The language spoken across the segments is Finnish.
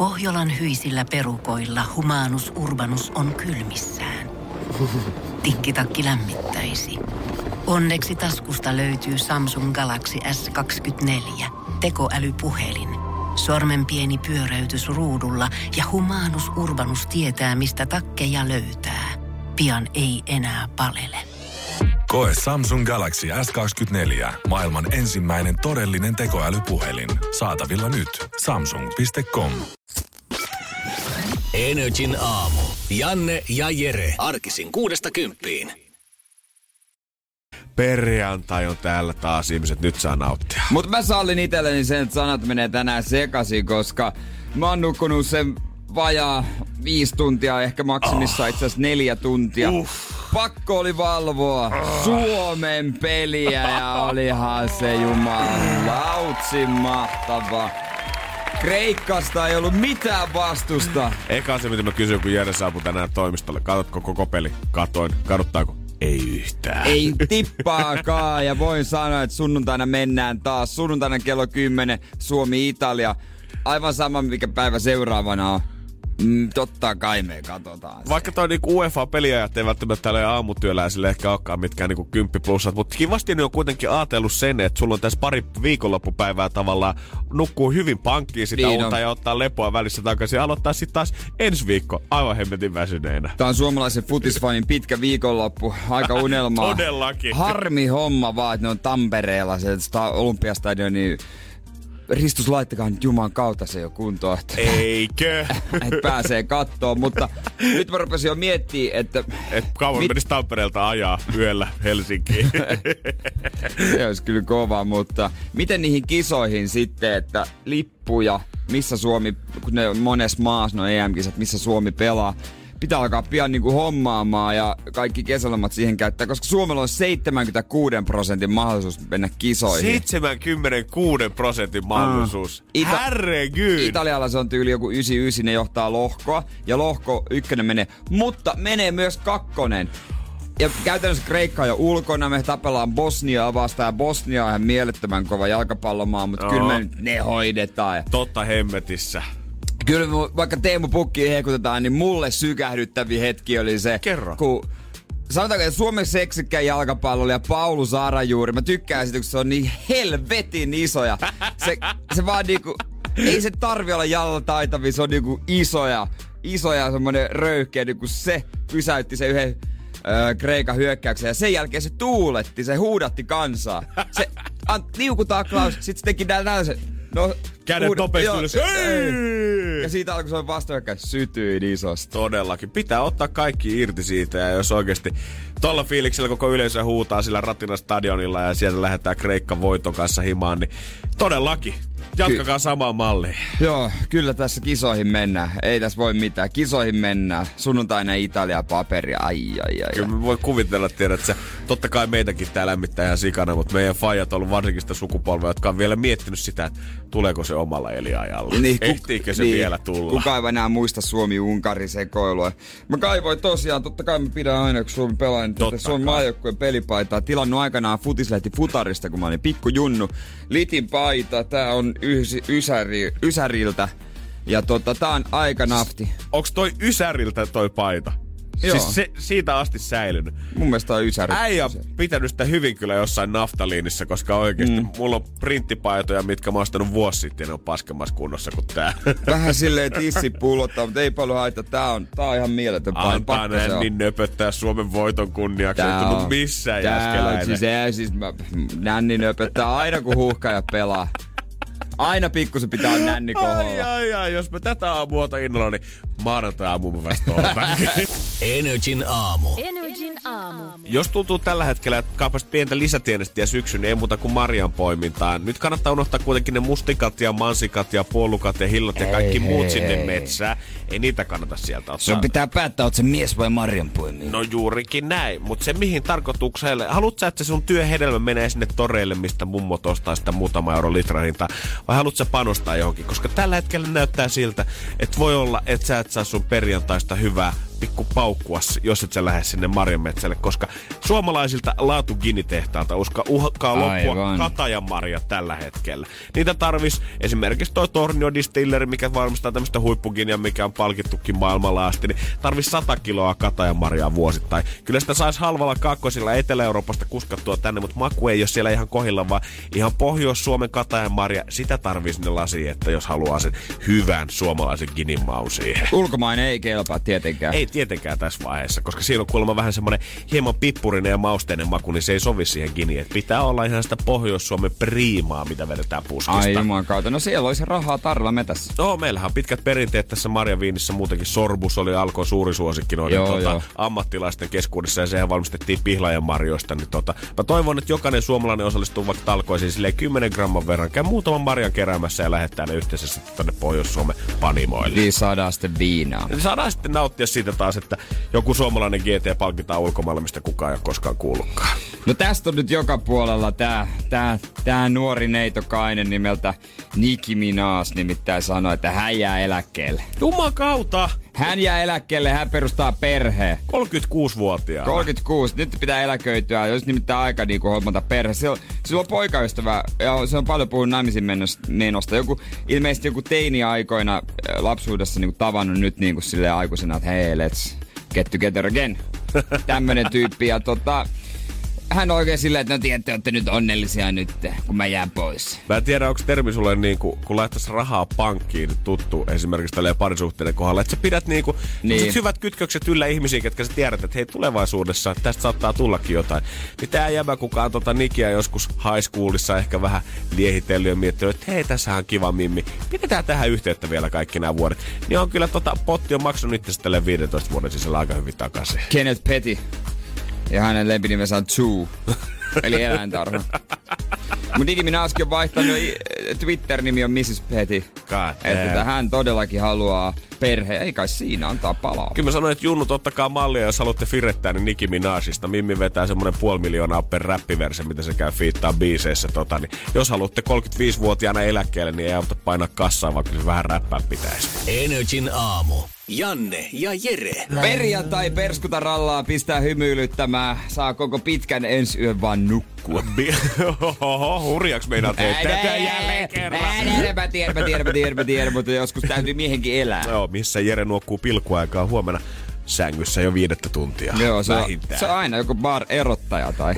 Pohjolan hyisillä perukoilla Humanus Urbanus on kylmissään. Tikkitakki lämmittäisi. Onneksi taskusta löytyy Samsung Galaxy S24. Tekoälypuhelin. Sormen pieni pyöräytys ruudulla ja Humanus Urbanus tietää, mistä takkeja löytää. Pian ei enää palele. Koe Samsung Galaxy S24. Maailman ensimmäinen todellinen tekoälypuhelin. Saatavilla nyt. Samsung.com. NRJ:n aamu. Janne ja Jere. Arkisin 6–10. Perjantai on täällä taas, ihmiset nyt saa nauttia. Mutta mä sallin itselleni sen, että sanat menee tänään sekaisin, koska mä oon nukkunut sen vajaa 5 tuntia, ehkä maksimissa itse asiassa 4 tuntia. Pakko oli valvoa Suomen peliä ja olihan se jumalautsi mahtava. Kreikasta ei ollut mitään vastusta. Eka se, mitä mä kysyin, kun Jere saapui tänään toimistolle. Katsotko koko peli? Katoin. Kaduttaako? Ei yhtään. Ei tippaakaan. Ja voin sanoa, että sunnuntaina mennään taas. Sunnuntaina kello 10 Suomi-Italia. Aivan sama, mikä päivä seuraavana on. Totta kai me katsotaan. Vaikka toi niinku UEFA-peliajat ei välttämättä tälle aamutyöläisille ehkä olekaan mitkään niinku 10+, mutta kivasti ne on kuitenkin ajatellut sen, että sulla on tässä pari viikonloppupäivää tavallaan nukkuu hyvin pankkiin sitä niin unta ja ottaa lepoa välissä takaisin ja aloittaa sitten taas ensi viikko aivan hemmetin väsyneenä. Tää on suomalaisen futisfanin pitkä viikonloppu. Aika unelmaa. Todellakin. Harmi homma vaan, että ne on Tampereella se Olympiastadion, Ristus, laittakaa nyt Juman kautta se jo kuntoon. Eikö? Et pääsee kattoon, mutta nyt mä rupesin jo miettimään, että... Kauan menisi Tampereelta ajaa yöllä Helsinkiin. Se olisi kyllä kova, mutta miten niihin kisoihin sitten, että lippuja, missä Suomi, kun ne on monessa maassa, no EM-kisat, missä Suomi pelaa, pitää alkaa pian niinku hommaamaan ja kaikki kesälomat siihen käyttää, koska Suomella on 76% mahdollisuus mennä kisoihin. 76% mahdollisuus. Herregud! Italialla se on tyyli joku 99, ne johtaa lohkoa ja lohko 1 menee, mutta menee myös 2. Ja käytännössä Kreikka on jo ulkona, me tapellaan Bosniaa vastaan ja Bosnia on ihan mielettömän kova jalkapallomaa, mutta kyllä me nyt ne hoidetaan. Totta hemmetissä. Kyllä vaikka Teemu Pukkiin hekutetaan, niin mulle sykähdyttäviä hetki oli se, kerro, kun sanotaanko, että Suomen seksikkäin jalkapalloilija Paulu Sarajuuri, mä tykkään siitä, kun se on niin helvetin iso ja se vaan niinku, ei se tarvi olla jalataitavia, se on niinku iso ja semmonen röyhkeä, niin kun se pysäytti se yhden Kreikan hyökkäyksen ja sen jälkeen se tuuletti, se huudatti kansaa. Se liukutaklaus, sit se teki tällaisen, no käden topesti ylös. Ja siitä alkoi se vastahyökkäys sytyin isosti. Todellakin. Pitää ottaa kaikki irti siitä ja jos oikeesti tolla fiiliksellä koko yleisö huutaa sillä Ratinan stadionilla ja sieltä lähdetään Kreikka voiton kanssa himaan, niin todellakin. Jatkakaa samaan malliin. Joo, kyllä tässä kisoihin mennään. Ei tässä voi mitään. Kisoihin mennään. Sunnuntaina Italia paperia. Ai. Kyllä me voi kuvitella, että se totta kai meitäkin tää lämmittää ihan sikana, mutta meidän faijat on ollut varsinkin sitä sukupolvea, jotka on vielä miettinyt sitä, että tuleeko se omalla eliajalla. Niin, ehtiikö se vielä tulla? Kuka ei enää muista Suomi-Unkari sekoilua. Mä kaivoin tosiaan, totta kai mä pidän aina, kun Suomi pelaa, niin Suomen maajoukkueen pelipaitaa. Tilannut aikanaan Futislehti Futarista, kun mä olin pikkujunnu. Litin paita, tää on Ysäriltä. Ja tää on aika nafti. Onks toi Ysäriltä toi paita? Joo. Siis siitä asti säilynyt. Mun mielestä on Ysäri. Äijä on pitänyt sitä hyvin kyllä jossain naftaliinissa, koska oikeesti mulla on printtipaitoja, mitkä mä oon ostanut vuosi sitten ja ne on paskemmassa kunnossa kuin tää. Vähän silleen tissi pullottaa, mutta ei paljon haittaa. Tää on ihan mieletön paino. Antaa näin niin nöpöttää Suomen voiton kunniaksi, mutta missään jäskeläinen. Siis nänni nöpöttää aina kun huuhkaja pelaa. Aina pikkusen pitää nänni koholla. Ai, jos mä tätä aamuota innolla, niin maanantai-aamu mä vasta NRJ:n aamu. Jos tuntuu tällä hetkellä, että kaipaisit pientä lisätienestiä syksyn, niin ei muuta kuin marjan poimintaan. Nyt kannattaa unohtaa kuitenkin ne mustikat ja mansikat ja puolukat ja hillot ja kaikki muut sinne metsään. Ei niitä kannata sieltä ottaa. Sun pitää päättää, oot se mies vai marjanpoimija. No juurikin näin, mutta se mihin tarkoitukselle? Haluatko sä, että se sun työhedelmä menee sinne toreille, mistä mummot ostaa sitä muutama euro litran hintaa? Vai haluatko sä panostaa johonkin? Koska tällä hetkellä näyttää siltä, että voi olla, että sä et saa sun perjantaista hyvää pikku paukkua, jos et sä lähde sinne marjametsälle, koska suomalaisilta laatuginitehtaalta uhkaa loppua katajanmarja tällä hetkellä. Niitä tarvis esimerkiksi toi Tornio Distilleri, mikä valmistaa tämmöistä huippuginia, mikä on palkittukin maailmalla asti, niin tarvis 100 kiloa katajanmarjaa vuosittain. Kyllä sitä saisi halvalla kaakkoisilla Etelä-Euroopasta kuskattua tänne, mutta maku ei ole siellä ihan kohilla, vaan ihan Pohjois-Suomen katajanmarja, sitä tarvii sinne lasiin, että jos haluaa sen hyvän suomalaisen ginin maun siihen. Ulkomainen ei kelpaa tietenkään. Ei tietenkään tässä vaiheessa, koska siinä on kuulemma vähän semmoinen hieman pippurinen ja mausteinen maku, niin se ei sovi siihen giniin. Pitää olla ihan sitä Pohjois-Suomen priimaa, mitä vedetään puskista. Ai juman kautta. No siellä olisi rahaa tarjolla metässä. No, meillähän on pitkät perinteet tässä marjaviinissä. Muutenkin Sorbus oli Alkon suuri suosikki noiden ammattilaisten keskuudessa, ja sehän valmistettiin pihlajan marjoista. Niin mä toivon, että jokainen suomalainen osallistuu vaikka talkoisiin silleen 10 gramman verran. Käy muutaman marjan keräämässä ja lähettää ne yhteensä sitten tonne Pohjois-Suomen panimoille. Niin saadaan sitten viinaa. Saadaan sitten nauttia siitä taas, että joku suomalainen GT palkitaan ulkomailla, mistä kukaan ei ole koskaan kuullutkaan. No tästä on nyt joka puolella tää nuori neitokainen nimeltä Nicki Minaj nimittäin sanoi, että hän jää eläkkeelle. Jumakauta! Hän jää eläkkeelle, hän perustaa perheen. 36-vuotiaana. 36. Nyt pitää eläköityä, jos nimittäin aika niin hommata perhe. Sillä on poikaystävä ja se on paljon puhunut naimisiin menosta. Ilmeisesti joku teini-aikoina lapsuudessa niin tavannut nyt niin silleen aikuisena, että hei, let's get together again. Tämmönen tyyppi. Ja hän on oikein silleen, että no tiedätte, olette nyt onnellisia nyt, kun mä jään pois. Mä en tiedä, onko termi sulle kun laittaisi rahaa pankkiin tuttu esimerkiksi tälleen parisuhteiden kohdalla, että sä pidät hyvät kytkökset yllä ihmisiä, ketkä sä tiedät, että hei tulevaisuudessa tästä saattaa tullakin jotain. Niin tää jäbä, kukaan Nikiä joskus high schoolissa ehkä vähän liehitellyt ja miettinyt, että hei, tässä on kiva mimmi. Pidetään tähän yhteyttä vielä kaikki nämä vuodet. Niin on kyllä potti on maksanut itse tälleen 15 vuoden sisällä aika hyvin takaisin. Kenneth Petty. Ja hänen lempinimensä on Zoo, eli eläintarha. Mun Nicki Minajkin on vaihtanut, Twitter-nimi on Mrs. Petty. Että hän todellakin haluaa perhe. Ei kai siinä antaa palaa. Kyllä mä sanoin, että junnut, ottakaa mallia, jos haluatte firettää, niin Nicki Minajista. Mimmi vetää semmonen 500 000 per räppiverse, mitä se käy fiittaa biiseissä. Niin jos haluatte 35-vuotiaana eläkkeelle, niin ei auta painaa kassaa, vaikka se vähän räppää pitäisi. Energin aamu. Janne ja Jere. Perjantai perskuta rallaa pistää hymyilyttämään. Saa koko pitkän ensi yön vaan nukkua. Hurjaks meinaat tätä jälleen kerran. Mä tiedän, mutta joskus täytyy miehenkin elää. Joo, missä Jere nuokkuu pilkkuaikaa huomenna sängyssä jo 5 tuntia. Joo, se on aina joku bar-erottaja tai...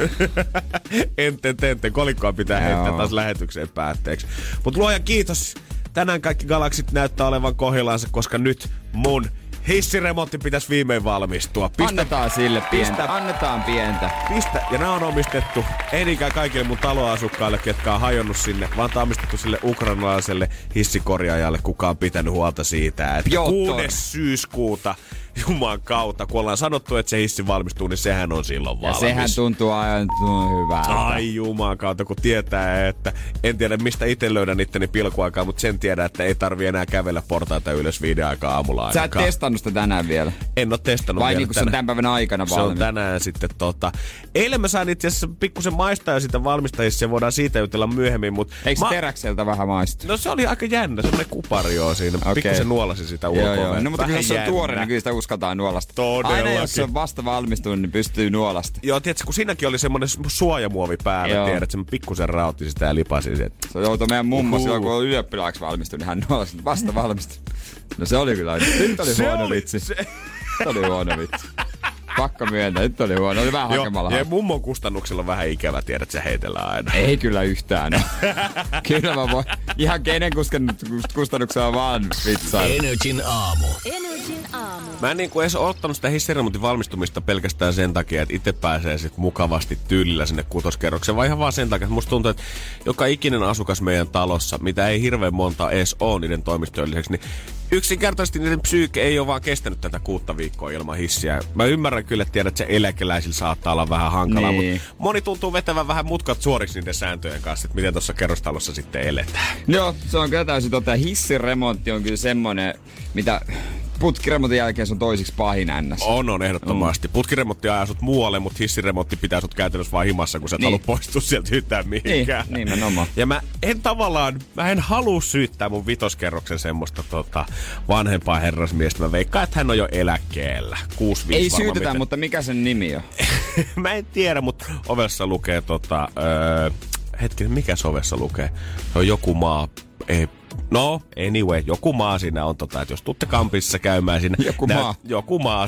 Enten, kolikkoa pitää heittää taas lähetykseen päätteeksi. Mut luoja kiitos. Tänään kaikki galaksit näyttää olevan kohillansa, koska nyt mun hissiremontti pitäisi viimein valmistua. Annetaan sille pientä. Annetaan pientä. Ja nämä on omistettu ei niinkään kaikille mun taloasukkaille, ketkä on hajonnut sinne, vaan tämä on omistettu sille ukrainalaiselle hissikorjaajalle, kuka on pitänyt huolta siitä, että 6. syyskuuta Juman kautta, kun ollaan sanottu, että se hissi valmistuu, niin sehän on silloin valmis. Ja sehän tuntuu aivan hyvältä. Ai Juman kautta, kun tietää, että en tiedä mistä itse löydän itteni pilkuaikaa, mutta sen tiedän, että ei tarvi enää kävellä portaita ylös 5 aikaa aamulla ainakaan. Sä et testannut sitä tänään vielä? En oo testannut vai vielä. Vai niin kuin se on tämän päivän aikana valmis? Se on tänään sitten Eilen mä sain itse asiassa pikkusen maistaa jo sitä valmistajissa ja voidaan siitä jutella myöhemmin, mutta... Eikö se teräkseltä vähän maistu? No se oli aika jännä, semmonen kupari joo siinä. Okay. Pikkusen nuolasi sitä ulkoa. Joo. No mutta jos se on tuore, niin kyllä sitä uskaltaan nuolasta. Todellakin. Aina jos se on vasta valmistunut, niin pystyy nuolasta. Joo, tiedätkö, kun siinäkin oli semmonen suojamuovi päällä, tiedät, että se pikkusen rautti sitä ja lipasi sen. Se joutui meidän mummo silloin, kun oli ylioppilaaksi valmistunut, niin hän nuolasi vasta valmistunut. No se oli kyllä, nyt oli huono vitsi. Se oli huono vitsi. Pakko myöntää, nyt oli huono. Oli vähän hakemalla. Ja mummon kustannuksella on vähän ikävä, tiedät, sä heitellään aina. Ei kyllä yhtään. Kyllä mä voin. Ihan kenen kustannuksella on vaan vitsailla. Energin aamu. Mä en edes ottanut sitä hissiremontin valmistumista pelkästään sen takia, että itse pääsee sit mukavasti tyylillä sinne 6. kerrokseen, vaan ihan vaan sen takia, että musta tuntuu, että joka ikinen asukas meidän talossa, mitä ei hirveän monta edes ole niiden toimistojen lisäksi, niin yksinkertaisesti niiden psyyke ei ole vaan kestänyt tätä 6 viikkoa ilman hissiä. Mä ymmärrän kyllä, että tiedät, että se eläkeläisillä saattaa olla vähän hankalaa, niin. Mutta moni tuntuu vetävän vähän mutkat suoriksi niiden sääntöjen kanssa, että miten tuossa kerrostalossa sitten eletään. Joo, se on kyllä täysin hissiremontti on kyllä semmonen, mitä putkiremontin jälkeen se on toisiksi pahin ns. On ehdottomasti. Putkiremontti ajaa sut muualle, mutta hissiremontti pitää sut käytännössä vaan himassa, kun sä et halua poistua sieltä yhtään mihinkään. Niin, nimenomaan. Ja mä en halua syyttää mun vitoskerroksen semmoista vanhempaa herrasmiestä. Mä veikkaan, että hän on jo eläkkeellä. 65 ei varmaan. syytetä, mutta mikä sen nimi on? Mä en tiedä, mutta ovessa lukee hetkinen, mikä se ovessa lukee? Se on joku maa. No, anyway, joku maa siinä on että jos tuutte kampissa käymään siinä. Joku maa.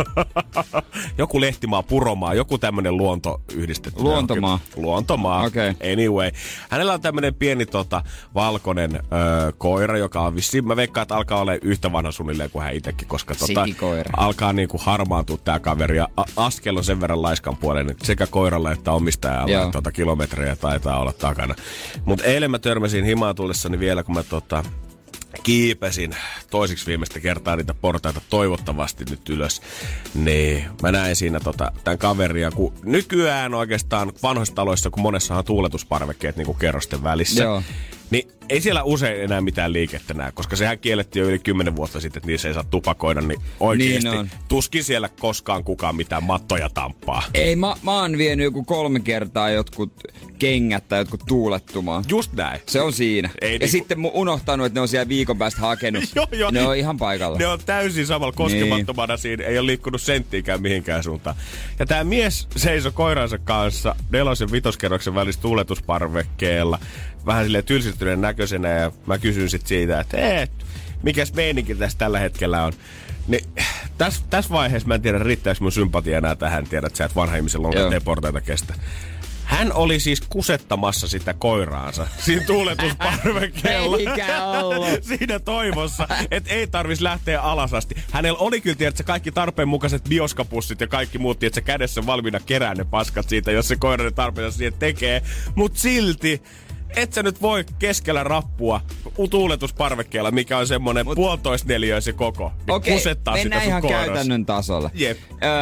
Joku lehtimaa, puromaa, joku tämmönen luontoyhdistetty. Luontomaa. Okay. Anyway. Hänellä on tämmönen pieni valkoinen koira, joka on vissiin, mä veikkaan, että alkaa olla yhtä vanha suunnilleen kuin hän itsekin, koska alkaa niinku harmaantua tää kaveri ja askel on sen verran laiskan puolen, sekä koiralla että omistajalla kilometrejä taitaa olla takana. Mut eilen mä törmäsin himaan tullessani vielä, kun mä kiipesin toisiksi viimeistä kertaa niitä portaita toivottavasti nyt ylös, niin mä näin siinä tämän kaveria, kun nykyään oikeastaan vanhoissa taloissa, kun monessahan on tuuletusparvekkeet niin kuin kerrosten välissä, niin ei siellä usein enää mitään liikettä näe, koska sehän kiellettiin jo yli 10 vuotta sitten, että niissä ei saa tupakoida, niin oikeesti tuskin siellä koskaan kukaan mitään mattoja tamppaa. Ei, mä oon vienyt joku 3 kertaa jotkut kengät tai jotkut tuulettumaan. Just näin. Se on siinä. Ei ja sitten unohtanut, että ne on siellä viikon päästä hakenut. Joo. Ne on ihan paikalla. Ne on täysin samalla koskemattomana siinä, ei ole liikkunut senttiikään mihinkään suuntaan. Ja tää mies seisoi koiransa kanssa 4. ja 5. kerroksen välissä tuuletusparvekkeella. Vähän silleen tylsistyneen näköisenä ja mä kysyn sit siitä, että mikäs meininki tässä tällä hetkellä on. Niin, tässä vaiheessa mä en tiedä, riittääkö mun sympatia enää tähän, tiedät sä, että vanha ihmisen lonkat ei portaita kestä. Hän oli siis kusettamassa sitä koiraansa siinä tuuletusparvekkeella. Eikä ollut. Siinä toivossa, että ei tarvis lähteä alas asti. Hänellä oli kyllä, tiedätkö, kaikki tarpeen mukaiset bioskapussit ja kaikki muut, tiedätkö, kädessä valmiina kerää ne paskat siitä, jos se koira ne tarpeensa siihen tekee. Mut silti et sä nyt voi keskellä rappua tuuletusparvekkeella, mikä on semmonen 1,5 neliöisen koko. Okei, kusettaa sitä mennään sun ihan koirassa. käytännön tasolle. Jep.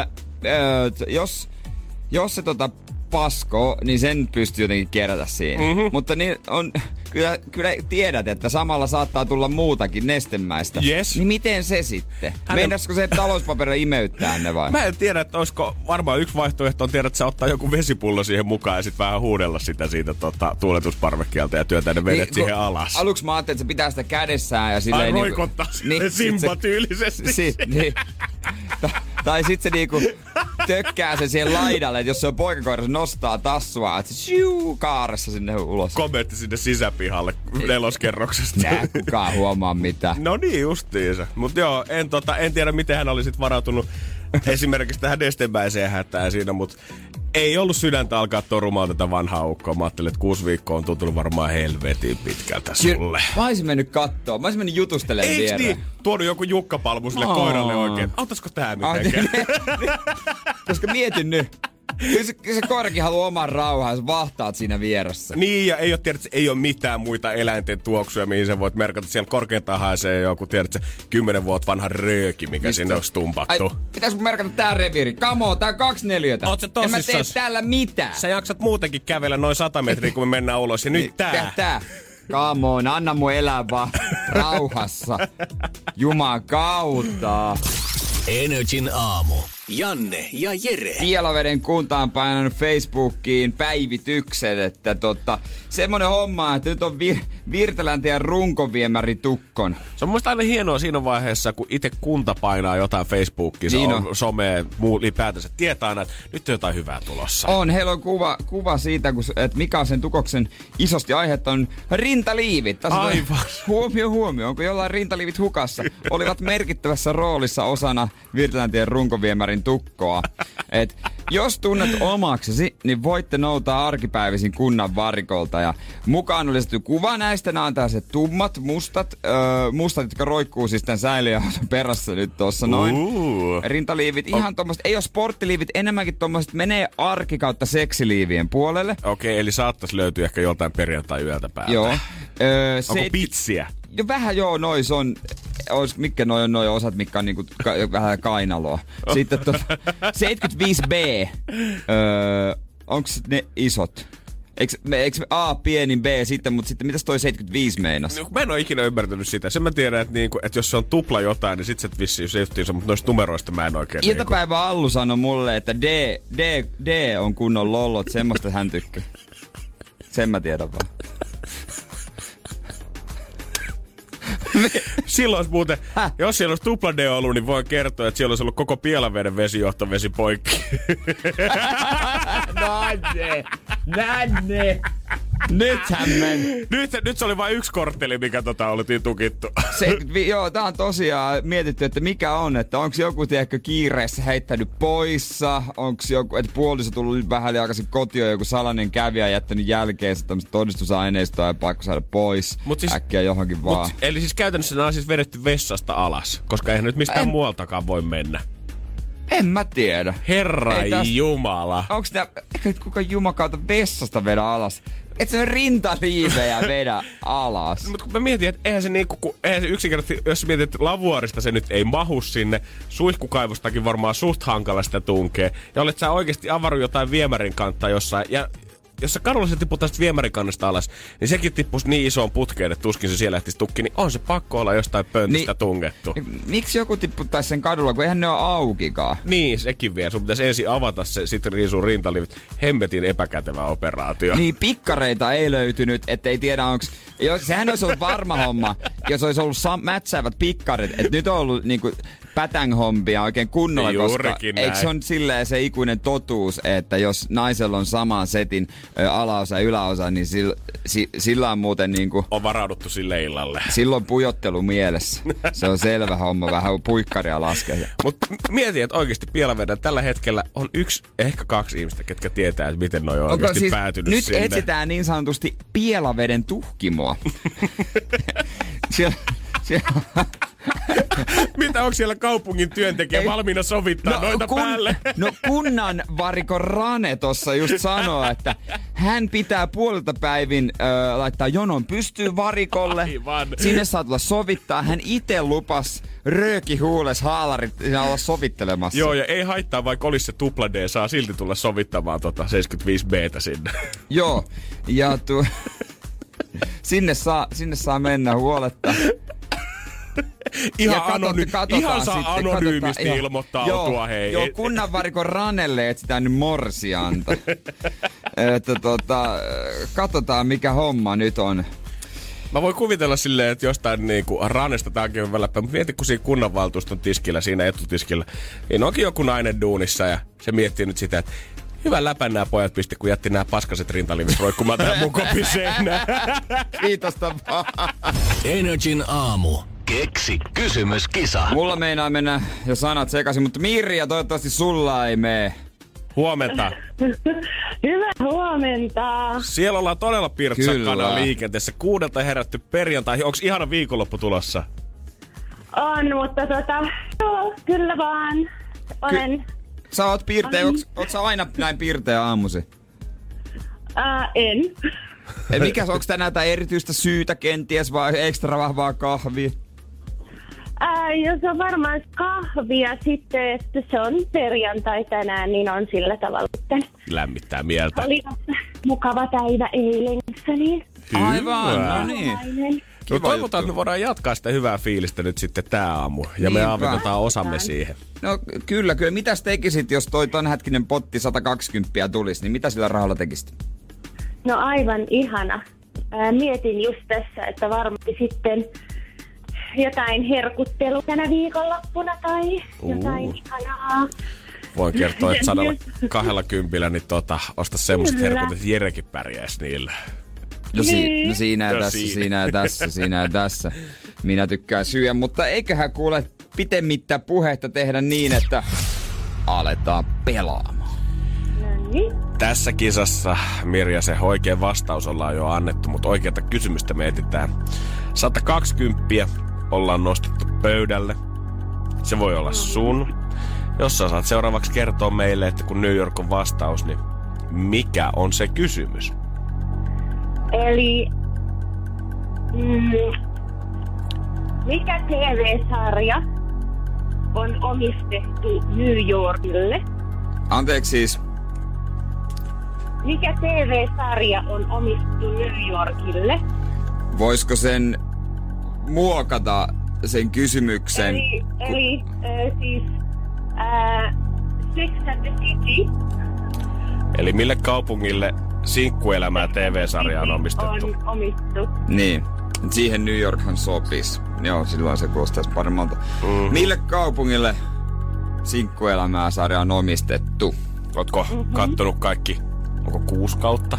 Jos se paskoo, niin sen pystyy jotenkin kerätä siinä. Mm-hmm. Mutta niin on, kyllä tiedät, että samalla saattaa tulla muutakin nestemäistä. Yes. Niin miten se sitten? Meinaisiko se talouspaperi imeyttää ne vai? Mä en tiedä, että olisiko varmaan yksi vaihtoehto on tiedä, että sä ottaa joku vesipullo siihen mukaan ja sit vähän huudella sitä siitä tuuletusparvekkeelta ja työtä ne vedet siihen alas. Aluksi mä ajattelin, että se pitää sitä kädessään ja silleen roikottaa niin, Simba-tyylisesti. Niin. Tai sit se niinku tökkää sen siihen laidalle, että jos se on poikakoira, se nostaa tassua, että se kaaressa sinne ulos. Kommentti sinne sisäpihalle 4. kerroksesta. Nää kukaan huomaa mitään. No niin justiinsa. Mut joo, en tiedä miten hän oli sit varautunut esimerkiksi tähän nestemäiseen hätään siinä, mut ei ollut sydäntä alkaa torumaan tätä vanhaa ukkoa. Mä ajattelin, että 6 viikkoa on tuntunut varmaan helvetin pitkältä sulle. Mä olisin mennyt kattoo. Mä olisin mennyt jutustelemaan viereen. Eiks niin? Tuonut joku jukkapalmu sille koiralle oikein. Auttaisiko tää mitenkään? Koska mietin nyt. Kyllä se koirakin haluaa oman rauhan, sä vahtaat siinä vieressä. Niin, ja ei ole, tiedätkö, ei ole mitään muita eläinten tuoksuja, mihin sä voit merkata. Siellä korkeintaan haisee joku, tiedätkö, 10 vuotta vanha rööki, mikä sinne on stumpattu. Pitäis mun merkata tää reviiri? Kamo, tää 2 neliötä. Oot sä tosissas? En mä tee täällä mitään. Sä jaksat muutenkin kävellä noin 100 metriä, kun me mennään ulos. Ja nyt tää. Come on, anna mun elää vaan rauhassa. Jumakauta. Energin aamu. Janne ja Jere. Pielaveden kunta on painanut Facebookiin päivityksen, että semmonen homma, että nyt on Virtelänteen runkoviemäri tukkon. Se on mun mielestä aina hienoa siinä vaiheessa, kun itse kunta painaa jotain Facebookiin, niin on somea, muu ylipäätänsä tietää aina, että nyt on jotain hyvää tulossa. On, heillä on kuva siitä, että mikä on sen tukoksen isosti aihetta on rintaliivit. Aivan. Huomio, onko jollain rintaliivit hukassa? Olivat merkittävässä roolissa osana Virtelänteen runkoviemärin tukkoa. Et jos tunnet omaksesi, niin voitte noutaa arkipäivisin kunnan varikolta. Ja mukaan oli lisätty kuva näistä. Nämä on tällaiset tummat, mustat, jotka roikkuu siis tämän säiliöauton perässä nyt tossa noin. Rintaliivit, ihan tommoset, ei ole sporttiliivit, enemmänkin tommoset menee arki kautta seksiliivien puolelle. Okei, eli saattais löytyä ehkä joltain perjantai-yöltä päältä. Joo. Onko pitsiä? Jo vähän nois on. Mitkä on noi osat, mitkä on niinku vähän kainaloa. Sitten 75B. Onko ne isot? Eikö A pienin B sitten, mutta sitten mitäs toi 75 meinas? No, mä en ole ikinä ymmärtänyt sitä. Sen mä tiedän, että jos se on tupla jotain, niin sit se vissiin safetynsä, mutta noista numeroista mä en oikein. Iltapäivä Allu sanoi mulle, että D on kunnon lollot, semmoista hän tykkää. Sen mä tiedän vaan. Silloin muuten, jos siellä olisi tupla D ollut, niin voin kertoa, että siellä olisi ollut koko Pielaveden vesijohtovesi poikki. Nänne. Nythän meni. Nyt se oli vain yksi kortteli, mikä oltiin tukittu. Joo, tää on tosiaan mietitty, että mikä on, että onko joku kiireessä heittänyt poissa, onko joku, että puoliso tullut vähän aikaisin kotiin, joku salainen kävijä jättänyt jälkeensä tämmöistä todistusaineistoa ja pakko saada pois äkkiä johonkin vaan. Eli siis käytännössä nämä on siis vedetty vessasta alas, koska eihän nyt mistään muualtakaan voi mennä. En mä tiedä. Herra jumala. Onks tää, eikä kukaan jumakauta vessasta vedä alas? Et se on rintaliivejä vedä alas. Mutta kun mä mietin, että eihän se yksinkertaisesti, jos mietit, että lavuarista se nyt ei mahu sinne, suihkukaivostakin varmaan suht hankala sitä tunkee. Ja olet sä oikeesti avannut jotain viemärin kantta jossain, ja jos sä kadulla se tippuu tästä viemärikannasta alas, niin sekin tippuisi niin isoon putkeen, että tuskin se siellä lähtisi tukki, niin on se pakko olla jostain pöntistä tungettu. Miksi joku tipputtaisi sen kadulla, kun eihän ne ole aukikaan? Niin, sekin vielä. Sun pitäisi ensin avata se, sitten riisua rintalivit. Hemmetin epäkätevä operaatio. Niin, pikkareita ei löytynyt, ettei tiedä onks... Sehän olisi ollut varma homma, jos olisi ollut mätsäävät pikkarit. Että nyt on ollut niinku pätänhompia oikein kunnolla, koska eikö se on silleen se ikuinen totuus, että jos naisella on saman setin alaosa ja yläosa, niin sillä on muuten niinku... On varauduttu sille illalle. Silloin pujottelu mielessä. Se on selvä homma, vähän puikkaria laskee. Mutta mietin, että oikeasti Pielaveden tällä hetkellä on yksi, ehkä kaksi ihmistä, ketkä tietää, että miten noi on oikeasti siis päätynyt nyt sinne. Nyt etsitään niin sanotusti Pielaveden tuhkimoa. Mitä onko siellä kaupungin työntekijä valmiina sovittaa noita päälle? No kunnan variko Rane tossa just sanoo, että hän pitää puolilta päivin laittaa jonon pystyyn varikolle. Aivan. Sinne saa tulla sovittaa. Hän itse lupas röökihuules haalarit ja olla sovittelemassa. Joo, ja ei haittaa, vaikka olisi se tupla D, saa silti tulla sovittamaan 75B:tä sinne. Joo, ja sinne saa mennä huoletta. Ihan saa anonyymisti ilmoittautua, hei. Joo, kunnanvarikon Ranelle etsitään nyt morsianta. Että katsotaan mikä homma nyt on. Mä voin kuvitella silleen, että jostain niinku Ranesta tääkin on läppä, mutta mieti kun siinä kunnanvaltuuston tiskillä, siinä etutiskillä, niin onkin joku nainen duunissa ja se miettii nyt sitä, että hyvän läpän nää pojat pisti, kun jätti nää paskaset rintalivit roikkumaan tähän mun kopiseinään. Kiitos vaan. Energin aamu. Keksi kysymyskisa. Mulla meinaa mennä jo sanat sekaisin, mutta Mirja, toivottavasti sulla ei mene. Huomenta. Hyvää huomenta. Siellä ollaan todella pirtsakkana liikenteessä. 6 herätty perjantai. Onks ihana viikonloppu tulossa? On, mutta joo, kyllä vaan. Olen. Sä oot pirteä. Oot sä aina näin pirteä aamusi? En. Onks tänään jotain erityistä syytä kenties vai ekstra vahvaa kahvia? Jos on varmaan kahvia sitten, että se on perjantai tänään, niin on sillä tavalla. Lämmittää mieltä. Oli mukava päivä eilen, niin. Aivan, no niin. No toivotaan, että me voidaan jatkaa sitä hyvää fiilistä nyt sitten tää aamu. Ja me aavitetaan osamme siihen. No kyllä. Mitäs tekisit, jos toi tonhetkinen potti 120 tulisi, niin mitä sillä rahalla tekisit? No aivan ihana. Mietin just tässä, että varmasti sitten jotain herkuttelu tänä viikonloppuna tai jotain ihanaa. Voin kertoa, että 120 niin osta semmoset herkut, että Jerekin pärjäisi niillä. No siinä ja tässä. Minä tykkään syödä, mutta eiköhän kuule pitemmittä puhetta tehdä niin, että aletaan pelaamaan. No niin. Tässä kisassa, Mirja, se oikea vastaus ollaan jo annettu, mutta oikeata kysymystä me etsitään. 120 ollaan nostettu pöydälle. Se voi olla sun. Jos sä saat seuraavaksi kertoa meille, että kun New York on vastaus, niin mikä on se kysymys? Eli mikä TV-sarja on omistettu New Yorkille? Anteeksi siis. Mikä TV-sarja on omistettu New Yorkille? Voisiko sen muokata sen kysymyksen? Eli siis Sex and the City. Eli mille kaupungille Sinkkuelämää TV-sarja on omistettu? On omistettu. Niin. Siihen New Yorkhan sopisi. Joo, silloin se kuulostaisi paremmalta. Mille kaupungille Sinkkuelämää-sarja on omistettu? Ootko kattonut kaikki? Onko 6 kautta?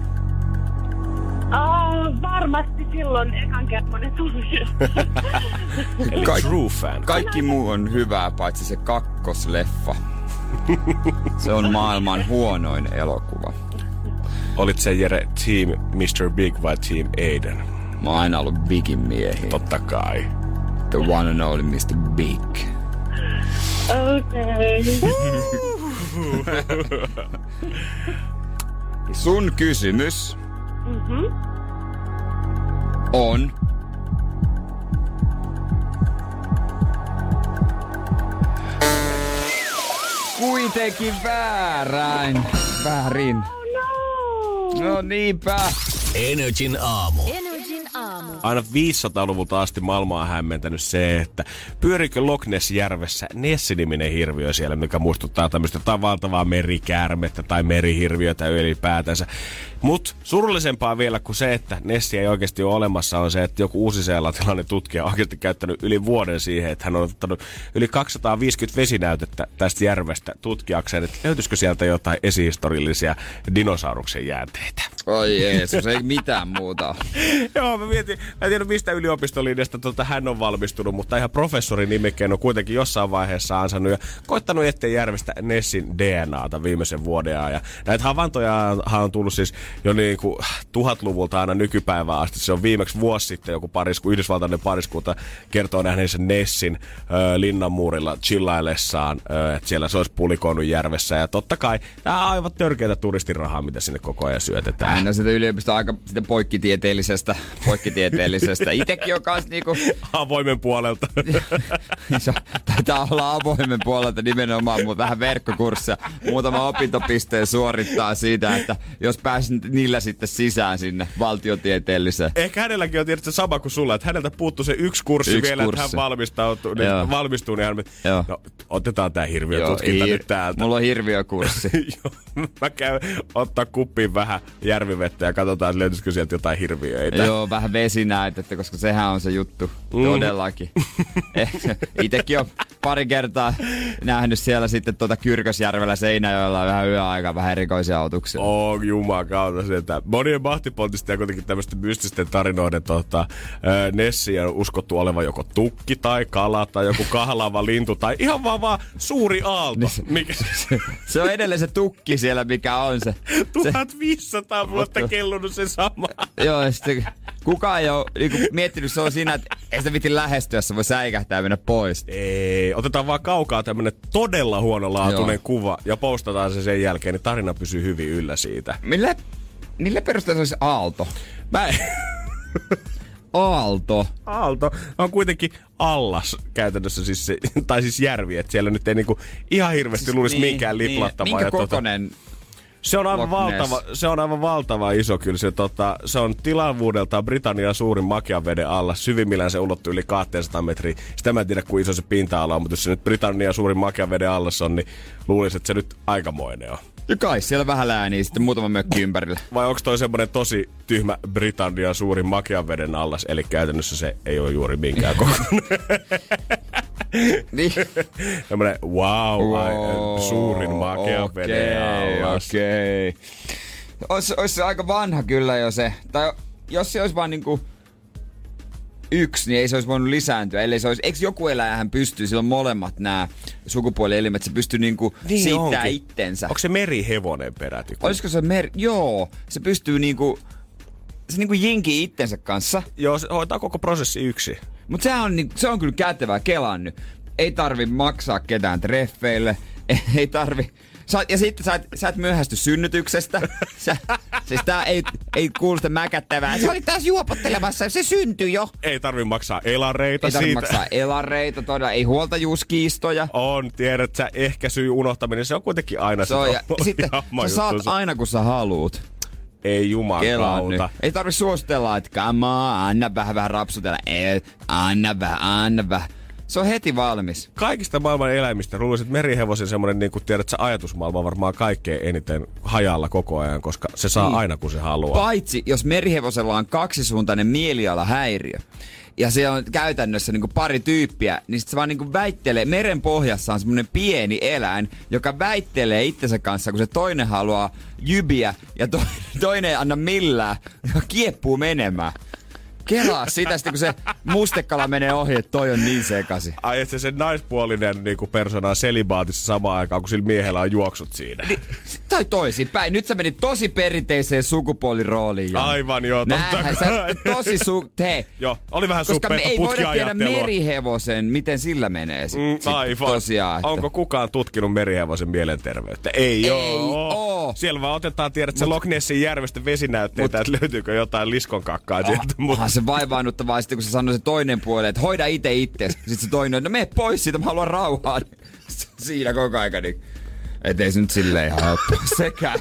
Varmasti silloin ekan kerran tuli. Eli true fan. Kaikki muu on hyvää, paitsi se kakkosleffa. Se on maailman huonoin elokuva. Olit se Jere Team Mr. Big vai Team Aiden? Mä oon aina ollut Bigin miehiä. Totta kai. The one and only Mr. Big. Okei. Sun kysymys on... Kuitenkin väärin. No niinpä. Energin aamu. Aina 500-luvulta asti maailmaa on hämmentänyt se, että pyörikö Loch Ness-järvessä Nessi-niminen hirviö siellä, mikä muistuttaa tämmöistä tai valtavaa merikäärmettä tai merihirviötä ylipäätänsä. Mutta surullisempaa vielä kuin se, että Nessi ei oikeasti ole olemassa, on se, että joku uusiseelantilainen tutkija on oikeasti käyttänyt yli vuoden siihen, että hän on ottanut yli 250 vesinäytettä tästä järvestä tutkiakseen, että löytyisikö sieltä jotain esihistoriallisia dinosauruksen jäänteitä. Oi Jeesus, ei mitään muuta. Joo, mä en tiedä mistä yliopistolinjasta hän on valmistunut, mutta ihan professorin nimikeen on kuitenkin jossain vaiheessa ansannut ja koittanut etsiä järvestä Nessin DNAta viimeisen vuoden ajan. Näitä havaintoja on tullut siis jo niin kuin 1000-luvulta aina nykypäivään asti. Se on viimeksi vuosi sitten joku yhdysvaltainen pariskunta kertoo nähneensä Nessin linnanmuurilla chillaillessaan, että siellä se olisi pulikoinut järvessä. Ja totta kai tämä on aivan törkeätä turistirahaa, mitä sinne koko ajan syötetään. Aina sitä yliopistoa aika sitä poikkitieteellisestä. Itekin on kans niinku... Avoimen puolelta. Taitaa olla avoimen puolelta nimenomaan, mutta vähän verkkokurssia. Muutama opintopisteen suorittaa siitä, että jos pääsin niillä sitten sisään sinne valtiotieteelliseen. Ehkä hänelläkin on tietysti sama kuin sulla, että häneltä puuttuu se yksi kurssi vielä, että hän valmistuu, niin hän no, otetaan tää hirviötutkinta nyt täältä. Mulla on hirviökurssi. Mä käyn ottaa kuppiin vähän järvivettä ja katsotaan, löytyisikö sieltä jotain hirviöitä. Joo, vähän vesinäytettä, koska sehän on se juttu. Todellakin. Itekin on pari kertaa nähnyt siellä sitten Kyrkösjärvellä Seinäjoella vähän yöaikaa vähän erikoisia otuksia. Jumakauta sieltä. Monien mahtipontista ja kuitenkin tämmöisten mystisten tarinoiden Nessia on uskottu olevan joko tukki tai kala tai joku kahlaava lintu tai ihan vaan suuri aalto. Mikä? Se on edelleen se tukki siellä, mikä on se. 1500 vuotta kellunut se sama. Joo, ja sitten kukaan ei ole miettinyt, se on siinä, että ei sitä vitin lähestyä, se voi säikähtää ja mennä pois. Ei, otetaan vaan kaukaa tämmönen todella huonolaatuinen kuva ja postataan se sen jälkeen, niin tarina pysyy hyvin yllä siitä. Millä perusteella se olisi aalto? Aalto on kuitenkin allas käytännössä siis se, tai siis järvi, että siellä nyt ei niinku ihan hirveästi siis luulisi minkään liplattamaan. Minkä kokoinen? Se on aivan valtava iso kyllä. Se on tilavuudeltaan Britannian suurin makean veden allas. Syvimmillään se ulottuu yli 200 metriä. Sitä mä en tiedä, kuin iso se pinta-ala on, mutta jos se nyt Britannian suurin makean veden allas on, niin luulisin, että se nyt aikamoinen on. Ja kai siellä vähän lääniä sitten muutama mökki ympärillä. Vai onko toi semmonen tosi tyhmä Britannian suurin makean veden allas, eli käytännössä se ei ole juuri minkään kokoinen. Niin. Tämmönen suurin makean veden allas. Okei. Ois se aika vanha kyllä jo se. Tai jos se olisi vaan niinku yksi, niin ei se olisi voinut lisääntyä. Ellei se olisi, eikö joku eläjähän pystyy, sillä on molemmat nämä sukupuolielimet, se pystyy niinku siittää itsensä. Onko se merihevonen peräti? Olisiko se Joo, se pystyy niinku, se niinku jinkii itsensä kanssa. Joo, se hoitaa koko prosessi yksi. Mut se on kyllä kätevää, kelaan nyt. Ei tarvi maksaa ketään treffeille, ei tarvi Ja sitten sä et myöhästy synnytyksestä. Siis tää ei kuulosta mäkättävää. Sä olit taas juopottelemassa, se syntyi jo. Ei tarvi maksaa elareita siitä. Ei tarvi maksaa elareita, todella. Ei huoltajuuskiistoja. On, tiedät sä, ehkäisyy unohtaminen, se on kuitenkin aina se. Sitten sä saat aina kun sä haluut. Ei jumalauta. Ei tarvi suositella, että anna vähän rapsutella. Ei, anna vähän. Se on heti valmis. Kaikista maailman eläimistä luulisin, että merihevosen semmoinen, niin kuin tiedät, sä ajatusmaailma on varmaan kaikkein eniten hajalla koko ajan, koska se saa aina kun se haluaa. Paitsi, jos merihevosella on kaksisuuntainen mielialahäiriö, ja se on käytännössä niin kuin pari tyyppiä, niin sit se vaan niin kuin väittelee, meren pohjassa on semmoinen pieni eläin, joka väittelee itsensä kanssa, kun se toinen haluaa jybiä, ja toinen ei anna millään, ja kieppuu menemään. Kelaa sitä, kun se mustekala menee ohi, että toi on niin sekaisin. Ai, että se naispuolinen niinku persona on selibaatissa samaan aikaan, kun sillä miehellä on juoksut siinä. Tai toisinpäin. Nyt sä menit tosi perinteiseen sukupuolirooliin. Aivan, joo. Näinhän sä tosi hei. Joo, oli vähän koska me ei voida tiedä putkiajattelua. Merihevosen, miten sillä menee sit aivan. tosiaan. Että... Onko kukaan tutkinut merihevosen mielenterveyttä? Ei oo. Siellä vaan otetaan, tiedät, se Loch Nessin järvestä vesinäytteitä, että löytyykö jotain liskonkakkaa sieltä. Se vaivaannuttavaa sitten, kun se sanoi se toinen puoli, että hoida itse. Sitten se toinen, no mene pois siitä, mä haluan rauhaa. Siinä koko aika, niin ettei se nyt silleen ihan helppoa sekään.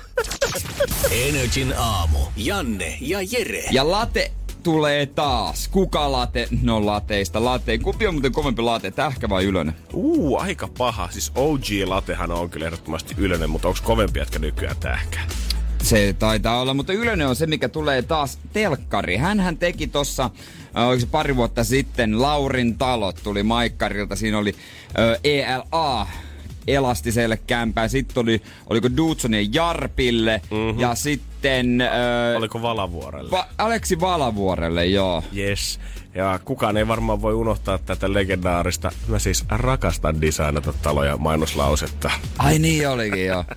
NRJ:n aamu. Janne ja Jere. Ja late tulee taas. Kuka late? No lateista latein. Kumpi on muuten kovempi late, Tähkä vai Ylönen? Aika paha. Siis OG-latehan on kyllä ehdottomasti Ylönen, mutta onko kovempi jätkä nykyään Tähkä? Se taitaa olla, mutta Ylönen on se, mikä tulee taas telkkari. Hänhän teki tossa, oliko se pari vuotta sitten, Laurin talot tuli Maikkarilta. Siinä oli ELA Elastiselle kämpään. Sitten oliko Dudsonin Jarpille ja sitten... oliko Valavuorelle? Aleksi Valavuorelle, joo. Yes. Ja kukaan ei varmaan voi unohtaa tätä legendaarista, mä siis rakastan designata taloja mainoslausetta. Ai niin olikin, joo.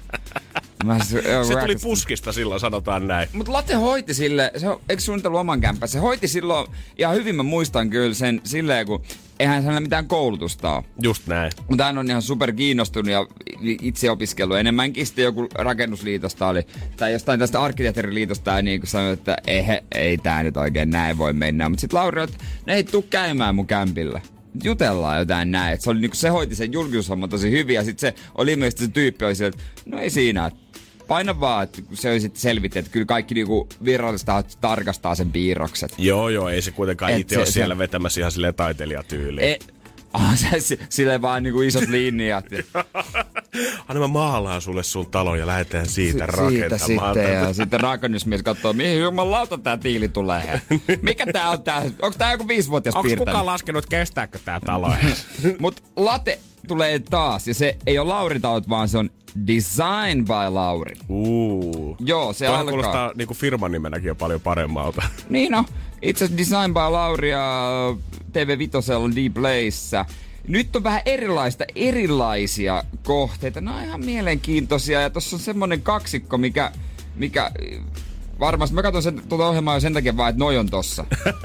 Se tuli puskista silloin, sanotaan näin. Mutta Late hoiti sille, eikö suunnitellut oman kämpän? Se hoiti silloin, ja hyvin mä muistan kyllä sen silleen, kun eihän hänellä mitään koulutusta ole. Just näin. Mutta hän on ihan super kiinnostunut ja itse opiskellut enemmänkin. Sitten joku rakennusliitosta oli, tai jostain tästä arkkitehteriliitosta, ja niin kuin sanoi, että ei tää nyt oikein näin voi mennä. Mutta sitten Lauri, että ei tuu käymään mun kämpillä. Jutellaan jotain näin. Et se oli, niin se hoiti sen julkisuushomman tosi hyvin, ja sitten se oli myös se tyyppi, oli sille, että no ei siinä, paina vaan, että se oli sitten selvitti, että kyllä kaikki niinku virallista tarkastaa sen piirrokset. Joo, ei se kuitenkaan itse ole siellä vetämässä ihan silleen taiteilijatyyliin. Silleen vaan niinku isot linjat. Anna mä maalaan sulle sun talon ja lähdetään siitä rakentamaan. Sitten, ja sitten rakennusmies katsoo, mihin jumalauta tää tiili tulee. Mikä tää on tää? Onks tää joku 5-vuotias piirtänyt? Onks kukaan laskenut, kestääkö tää talo? Mut Late tulee taas, ja se ei ole Lauri talot, vaan se on Design by Lauri. Joo, se alkaa. Kuulostaa niinku firman nimenäkin jo paljon paremmalta. Niin no, itse asiassa Design by Lauri ja TV5 D-Playssä. Nyt on vähän erilaisia kohteita. Nämä on ihan mielenkiintoisia, ja tossa on semmonen kaksikko, mikä varmasti, mä katson tuota ohjelmaa jo sen takia vaan, että noi on tossa.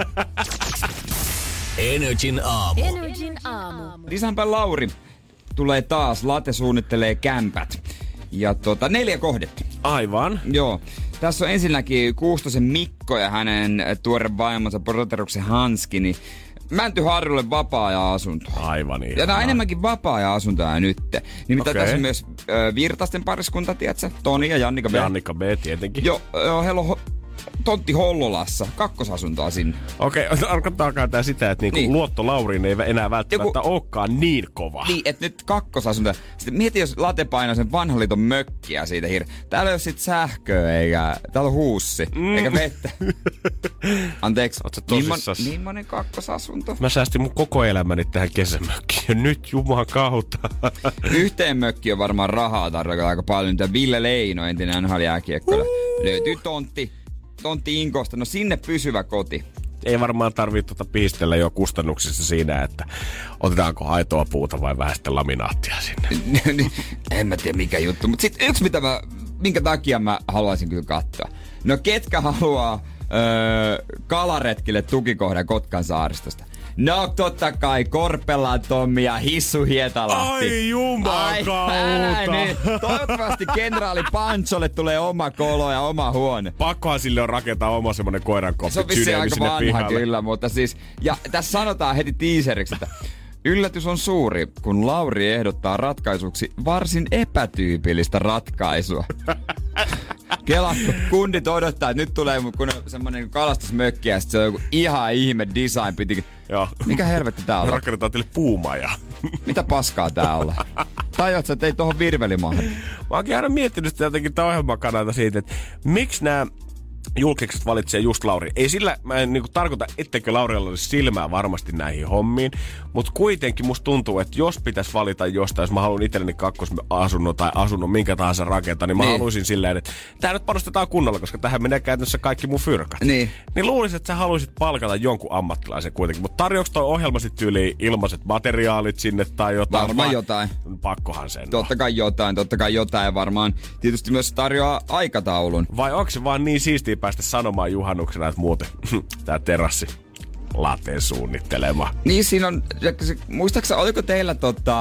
NRJ:n aamu. Design by Lauri tulee taas, Late suunnittelee kämpät. Ja 4 kohdetta. Aivan. Joo. Tässä on ensinnäkin Kuustosen Mikko ja hänen tuore vaimonsa Proteruksen Hanski, niin Mäntyharjulle vapaa-ajan-asunto. Aivan niin. Ja tää on enemmänkin vapaa-ajan-asuntoja nytte. Nimittäin tässä on myös Virtasten pariskunta, tiedätkö? Toni ja Jannika B. Jannika B, tietenkin. Joo, heillä on tontti Hollolassa, kakkosasuntoa sinne. Okei, tarkoittaakaan tää sitä, että niin. Luotto Lauriin ei enää välttämättä olekaan niin kova. Niin, että nyt kakkosasunto. Sitten mieti, jos Late painaa sen vanhan liiton mökkiä siitä Täällä ei ole sit sähköä, eikä... Täällä on huussi, eikä vettä. Anteeksi, millainen kakkosasunto? Mä säästin mun koko elämäni tähän kesämökkiin. Ja nyt juman kautta. Yhteen mökki on varmaan rahaa tarkoittaa aika paljon. Tämä Ville Leino, entinen NHL-jääkiekkoilla. Löytyy tontti Inkosta, no sinne pysyvä koti. Ei varmaan tarvitse pihistellä jo kustannuksissa siinä, että otetaanko aitoa puuta vai vähän sitten laminaattia sinne. En mä tiedä mikä juttu, mutta sitten yksi minkä takia mä haluaisin kyllä katsoa. No ketkä haluaa kalaretkille tukikohdan Kotkan saaristosta? No totta kai, Korpelan Tommi ja Hissu Hietalahti. Ai jumakauta! Niin. Toivottavasti kenraali Pancholle tulee oma kolo ja oma huone. Pakkohan sille on rakentaa oma semmonen koirankoppi. Se on vissiin aika vanha pihalle. Kyllä, mutta siis... Ja tässä sanotaan heti teaseriksi, että yllätys on suuri, kun Lauri ehdottaa ratkaisuksi varsin epätyypillistä ratkaisua. Kela, kundit odottaa, että nyt tulee kun on semmonen kalastusmökki ja sit se on joku ihan ihme design pitikin. Joo. Mikä helvetti tää on? Rakennetaan teille puumaja. Mitä paskaa tää on? Tajuat sä, että ei tohon virvelimaahan? Mä oonkin aina miettinyt sitä jotenkin tämän ohjelman kannalta siitä, että miksi nämä julkikset valitsee just Lauri. Ei sillä, mä en niinku tarkoita, etteikö Laurilla olisi silmää varmasti näihin hommiin, mutta kuitenkin musta tuntuu, että jos pitäisi valita jostain, jos mä haluan itselleni kakkosasunnon tai asunnon minkä tahansa rakentaa, niin mä haluaisin silleen, että tää nyt panostetaan kunnolla, koska tähän menee käytännössä kaikki mun fyrkat. Niin Luulisin, että sä haluaisit palkata jonkun ammattilaisen kuitenkin, mutta tarjoaks toi ohjelma sit tyyliin ilmaiset materiaalit sinne tai jotain? Varmaan jotain. Pakkohan sen. Totta kai jotain varmaan. Tietysti myös tarjoaa aikataulun. Vai onko se vaan niin siistiä päästä sanomaan juhannuksena, että muuten tää terassi lateen suunnittelema. Niin siinä on, muistaaksä, oliko teillä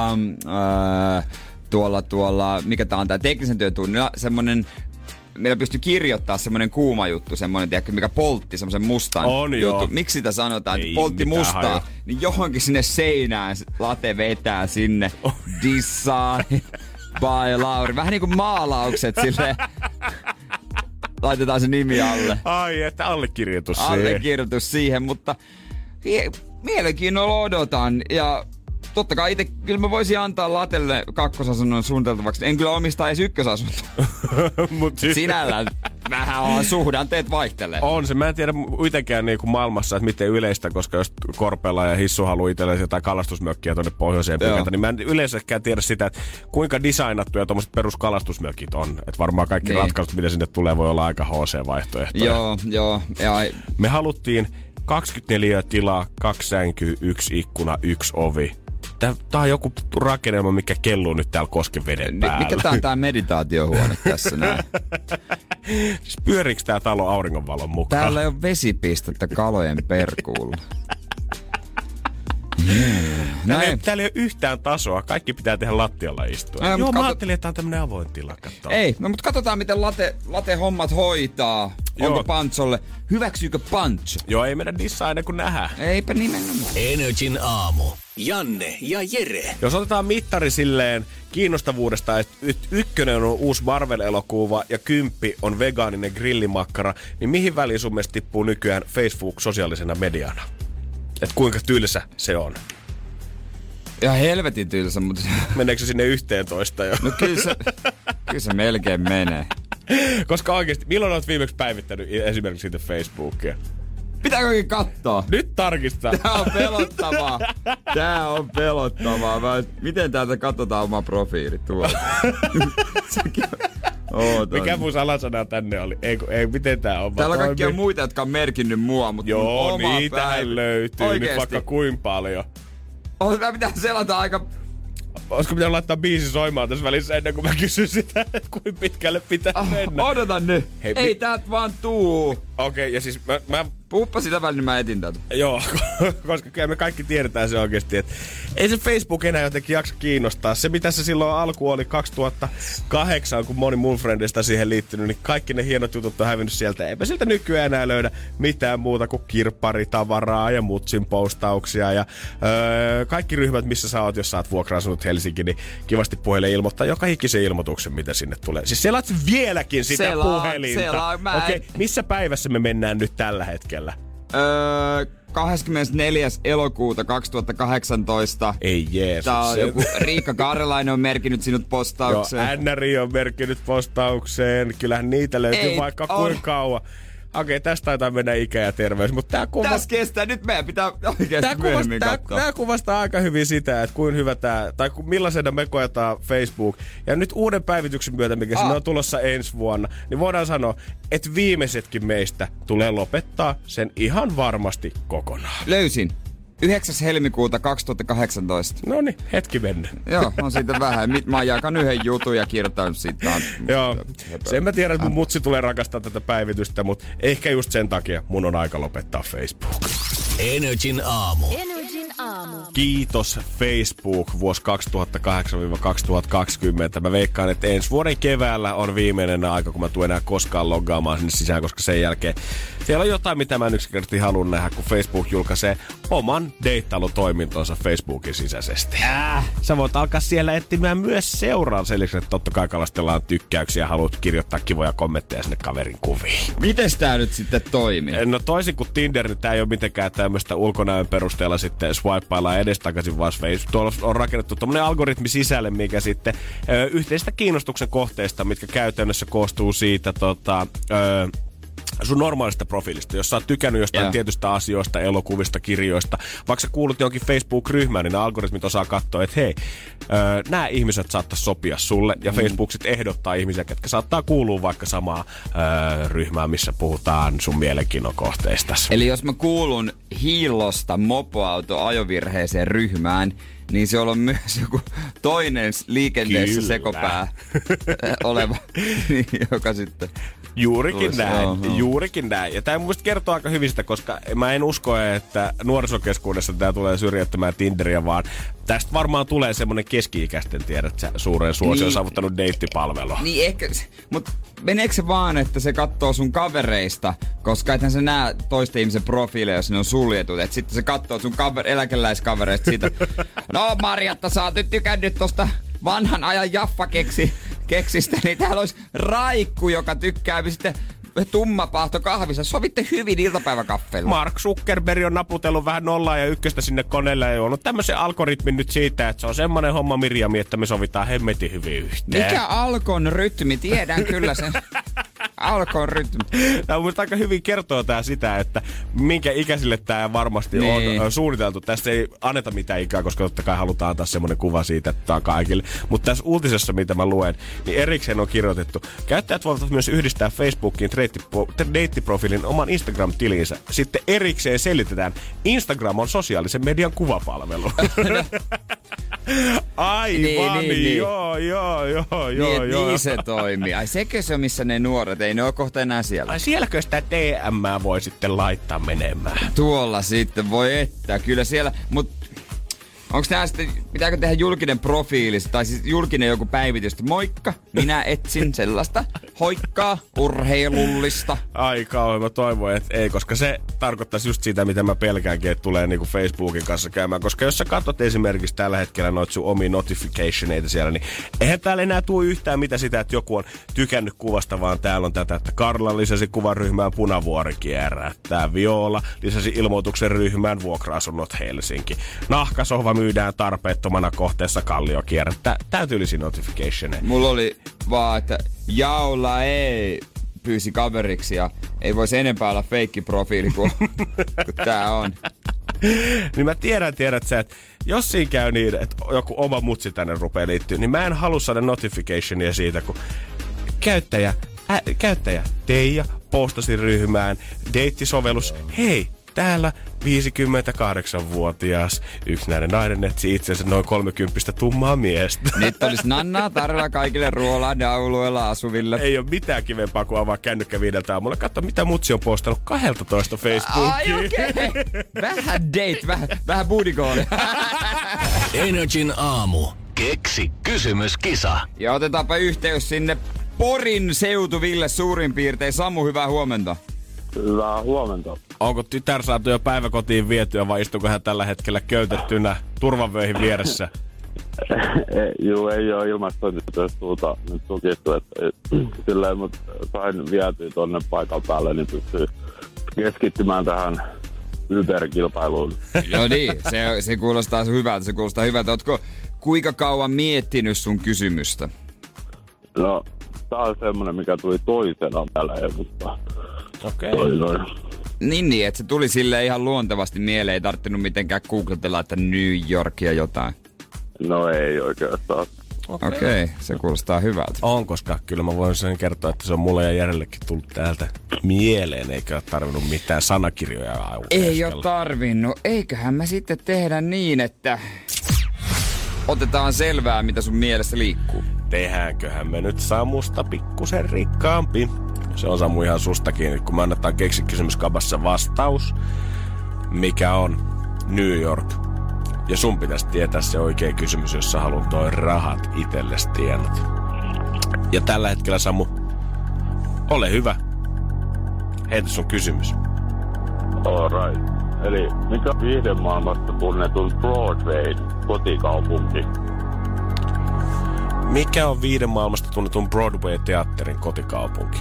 tuolla, mikä tää on tää teknisen työn tunnilla, semmonen, meillä pystyy kirjoittaa semmonen kuuma juttu, semmonen, tiedätkö, mikä poltti semmosen mustan on juttu. Joo. Miksi sitä sanotaan, ei että poltti mustaa, hajo. niin johonkin sinne seinään late vetää sinne. Design by Lauri. Vähän niinku maalaukset silleen. Laitetaan se nimi alle. Ai, että allekirjoitus siihen. Allekirjoitus siihen, mutta mielenkiinnolla odotan. Ja totta kai itse, kyllä mä voisin antaa Latelle kakkosasunnon suunniteltavaksi. En kyllä omistaa edes ykkösasuntoa. Sinällään vähän on suhdanteet vaihtelee. On se. Mä en tiedä mitenkään niinku maailmassa, että miten yleistä, koska jos Korpela ja Hissu haluaa itselleen jotain kalastusmökkiä tuonne pohjoiseen pykätä, niin mä en yleensäkään tiedä sitä, että kuinka designattuja tommoset peruskalastusmökit on. Että varmaan kaikki ratkaisut, mitä sinne tulee, voi olla aika HC-vaihtoehtoja. Joo. Me haluttiin 24 tilaa, 2 sänkyä, 1 ikkuna, 1 ovi. Tää on joku rakennelma, mikä kelluu nyt täällä Koskeveden päällä. Mikä tää on tää meditaatiohuone tässä näin? Siis pyöriiks tää talo auringonvalon mukaan? Täällä ei ole vesipistettä kalojen perkuulla. Täällä ei ole yhtään tasoa. Kaikki pitää tehdä lattialla istua. Joo, mä ajattelin, että tää on tämmönen avoin tila. Katsotaan. Ei, no, mutta katsotaan, miten late hommat hoitaa. Onko Pancholle? Hyväksyykö Pancho? Joo, ei meidän dissaa aina kun nähdään. Eipä nimenomaan. Energin aamu. Janne ja Jere. Jos otetaan mittari silleen kiinnostavuudesta, että 1 on uusi Marvel-elokuva ja 10 on vegaaninen grillimakkara, niin mihin väliin sun mielestä tippuu nykyään Facebook sosiaalisena mediana? Et kuinka tylsä se on? Ihan helvetin tylsä, mutta... Meneekö se sinne 11 jo? No kyllä se melkein menee. Koska oikeesti, milloin olet viimeksi päivittänyt esimerkiksi siitä Facebookia? Pitääkökin kattoo? Nyt tarkistaa. Tää on pelottavaa. Miten täältä katsotaan oma profiili tuolta? Mikä mun salasana tänne oli? Ei, miten tää on? Täällä on kaikkia muita, jotka on merkinnyt mua, mutta joo, niitähän löytyy. Oikeesti? Nyt vaikka kuin paljon. Mä pitää selata aika... Olisiko pitää laittaa biisi soimaan tässä välissä ennen kuin mä kysyn sitä, että kuinka pitkälle pitää mennä? Odotan nyt. Hei, ei täältä vaan tuu. Okei, ja siis mä... Puhuppa sitä välin, niin mä etin täältä. Joo, koska kyllä me kaikki tiedetään se oikeesti, että ei se Facebook enää jotenkin jaksa kiinnostaa. Se mitä se silloin alku oli 2008, kun moni mun frendeistä siihen liittynyt, niin kaikki ne hienot jutut on hävinnyt sieltä. Eipä siltä nykyään enää löydä mitään muuta kuin kirpparitavaraa ja mutsin postauksia ja kaikki ryhmät, missä sä oot, jos sä oot vuokra-asunut Helsinki, niin kivasti puhelle ilmoittaa joka ikisen ilmoituksen, mitä sinne tulee. Siis selaat vieläkin sitä puhelinta. Okei, missä päivässä me mennään nyt tällä hetkellä? 24. elokuuta 2018. Ei Jeesus. Tää on joku Riikka Karjalainen on merkinnyt sinut postaukseen. Joo, NRI on merkinnyt postaukseen. Kyllähän niitä löytyy ei, vaikka kuinka kauan. Okei, tästä taitaa mennä ikä ja terveys, mutta tää kuva... Tässä kestää, nyt meidän pitää oikeesti myöhemmin katsoa. Tää kuvastaa aika hyvin sitä, että kuin hyvä tää, tai millaisena me koetaan Facebook. Ja nyt uuden päivityksen myötä, mikä sinne on tulossa ensi vuonna, niin voidaan sanoa, että viimeisetkin meistä tulee lopettaa sen ihan varmasti kokonaan. Löysin. 9. helmikuuta 2018. Noniin, hetki mennä. Joo, on siitä vähän. Mä oon jakanut yhden jutun ja kirjoittanut siitä. Joo, sen mä tiedän, että mun mutsi tulee rakastaa tätä päivitystä, mutta ehkä just sen takia mun on aika lopettaa Facebook. Energin aamu. Kiitos Facebook vuosi 2008-2020. Mä veikkaan, että ensi vuoden keväällä on viimeinen aika, kun mä tuun enää koskaan loggaamaan sinne sisään, koska sen jälkeen siellä on jotain, mitä mä en yksinkertaisesti halua nähdä, kun Facebook julkaisee oman deittailutoimintonsa Facebookin sisäisesti. Sä voit alkaa siellä etsimään myös seuraan sen lisäksi, että totta kai kalastellaan tykkäyksiä ja haluat kirjoittaa kivoja kommentteja sinne kaverin kuviin. Mites tää nyt sitten toimii? No toisin kuin Tinder, niin tää ei ole mitenkään tämmöistä ulkonäön perusteella sitten swipeaillaan edestakaisin, vaan tuolla on rakennettu tommonen algoritmi sisälle, mikä sitten yhteistä kiinnostuksen kohteista, mitkä käytännössä koostuu siitä sun normaalista profiilista, jos sä oot tykännyt jostain tietystä asioista, elokuvista, kirjoista, vaikka sä kuulut johonkin Facebook-ryhmään, niin nämä algoritmit osaa katsoa, että hei, nämä ihmiset saattaa sopia sulle, ja Facebook sit ehdottaa ihmisiä, ketkä saattaa kuulua vaikka samaa ryhmää, missä puhutaan sun mielenkiinnon kohteista. Eli jos mä kuulun Hiillosta mopoauto ajovirheeseen ryhmään, niin se on myös joku toinen liikenteessä sekopää oleva, joka sitten... Juurikin näin. Ja tämä mun mielestä kertoo aika hyvin sitä, koska mä en usko, että nuorisokeskuudessa tämä tulee syrjäyttämään Tinderiä, vaan tästä varmaan tulee semmoinen keski-ikäisten, tiedät sä, suuren suosion saavuttanut deittipalvelu. Niin ehkä, mutta meneekö se vaan, että se katsoo sun kavereista, koska ethän sä näe toisten ihmisen profiileja, jos ne on suljetut. Että sitten se katsoo sun eläkeläiskavereista siitä, no Marjatta, sä oot nyt tykännyt tosta vanhan ajan Jaffa-keksistä, niin täällä olisi Raikku, joka tykkää sitten tummapahto kahvissa. Sovitte hyvin iltapäiväkaffeilla. Mark Zuckerberg on naputellut vähän 0 ja 1 sinne koneelle ja on tämmöisen algoritmin nyt siitä, että se on semmoinen homma Mirjami, että me sovitaan hemmetin hyvin yhteen. Mikä Alkon rytmi? Tiedän kyllä sen. Alkon rytmi. Tämä mun aika hyvin kertoo tää sitä, että minkä ikäisille tää varmasti on suunniteltu. Tässä ei anneta mitään ikää, koska totta kai halutaan antaa semmoinen kuva siitä, että tää on kaikille. Mutta tässä uutisessa, mitä mä luen, niin erikseen on kirjoitettu. Käyttäjät voivat myös yhdistää Facebookiin deittiprofiilin oman Instagram-tilinsä. Sitten erikseen selitetään, Instagram on sosiaalisen median kuvapalvelu. Aivan, niin. Joo. Niin se toimii. Ai sekö se on, missä ne nuoret, ei ne ole kohta enää siellä. Ai sielläkö sitä DM:ää voi sitten laittaa menemään? Tuolla sitten voi että, kyllä siellä, mutta onko nää sitten, pitääkö tehdä julkinen profiili, tai siis julkinen joku päivitys, moikka, minä etsin sellaista hoikkaa, urheilullista. Ai kauan, mä toivon, että ei, koska se tarkoittaisi just sitä, mitä mä pelkäänkin, että tulee niinku Facebookin kanssa käymään. Koska jos sä katsot esimerkiksi tällä hetkellä noita sun omia notificationeita siellä, niin eihän täällä enää tule yhtään mitä sitä, että joku on tykännyt kuvasta, vaan täällä on tätä, että Karla lisäsi kuvaryhmään Punavuori kierrättää, Viola lisäsi ilmoituksen ryhmään Vuokra-asunnot Helsinki, Nahkasohva myydään tarpeettomana kohteessa Kallio kierrättää. Tää tyylisi notificationeja. Mulla oli vaan, että Jaula ei pyysi kaveriksi ja ei voisi enempää olla feikkiprofiili kuin tää on. Niin mä tiedät sä, että jos siinä käy niin, että joku oma mutsi tänne rupeaa liittyä, niin mä en halua saada notificationia siitä, kun käyttäjä Teija postasi ryhmään deittisovellus. Hei, täällä 58-vuotias yksinäinen nainen etsi itsensä noin 30 tummaa miestä. Nyt olisi nannaa tarjolla kaikille Ruola-alueella asuville. Ei ole mitään kivempaa kuin avaa kännykkä 5 aamulla. Katso, mitä mutsi on postannut 12 Facebookiin. Ai okei. Vähän date, vähän booty-goali. Energin aamu. Keksi kysymyskisa. Ja otetaanpa yhteys sinne Porin seutuville suurin piirtein. Samu, hyvää huomenta. Hyvää huomenta. Onko tytär saatu jo päiväkotiin vietyä vai istuuko hän tällä hetkellä köytettynä turvavöihin vieressä? Joo, ei ole ilmastointityöstä nyt tukittu. Silleen, mutta sain vietyä tonne paikan päälle, niin pystyy keskittymään tähän Uber-kilpailuun. Joo niin, se kuulostaa hyvältä. Ootko kuinka kauan miettinyt sun kysymystä? No, tää on semmonen, mikä tuli toisena välein, mutta... Okei. Niin, että se tuli sille ihan luontevasti mieleen, ei tarttinut mitenkään googletella, että New York ja jotain. No ei oikeastaan. Okei, se kuulostaa hyvältä. On, koska kyllä mä voin sen kertoa, että se on mulle ja Järellekin tullut täältä mieleen, eikä ole tarvinnut mitään sanakirjoja aukeaskella. Ei ole tarvinnut. Eiköhän me sitten tehdä niin, että otetaan selvää, mitä sun mielessä liikkuu. Tehdäänköhän me nyt Samusta pikkusen rikkaampi? Se on Samu ihan sustakin, kun me annetaan keksikysymyskabassa vastaus, mikä on New York. Ja sun pitäisi tietää se oikea kysymys, jos sä haluat toi rahat itsellesi tienat. Ja tällä hetkellä, Samu, ole hyvä. Heitä sun kysymys. Alright. Eli mikä on viihdemaailmasta tunnetun Broadwayn kotikaupunki? Mikä on viihdemaailmasta tunnetun Broadway-teatterin kotikaupunki?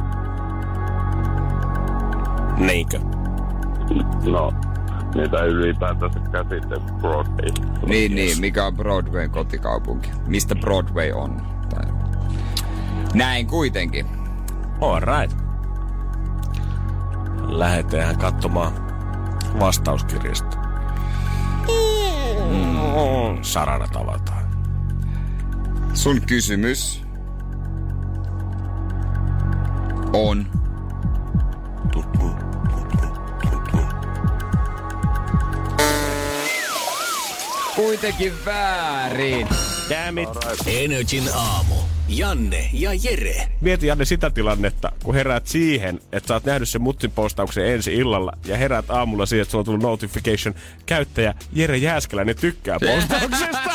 Niinkö? No, niitä ylipäätänsä käsite Broadway. Niin, mikä on Broadwayn kotikaupunki? Mistä Broadway on? Tai... Näin kuitenkin. Alright. Lähetään katsomaan vastauskirjasta. Sarana tavataan. Sun kysymys on... Kuitenkin väärin. Damn it. Energin aamu. Janne ja Jere. Mieti, Janne, sitä tilannetta, kun heräät siihen, että sä oot nähnyt sen mutsin postauksen ensi illalla ja heräät aamulla siihen, että sulla on tullut notification. Käyttäjä Jere Jääskeläinen tykkää postauksesta.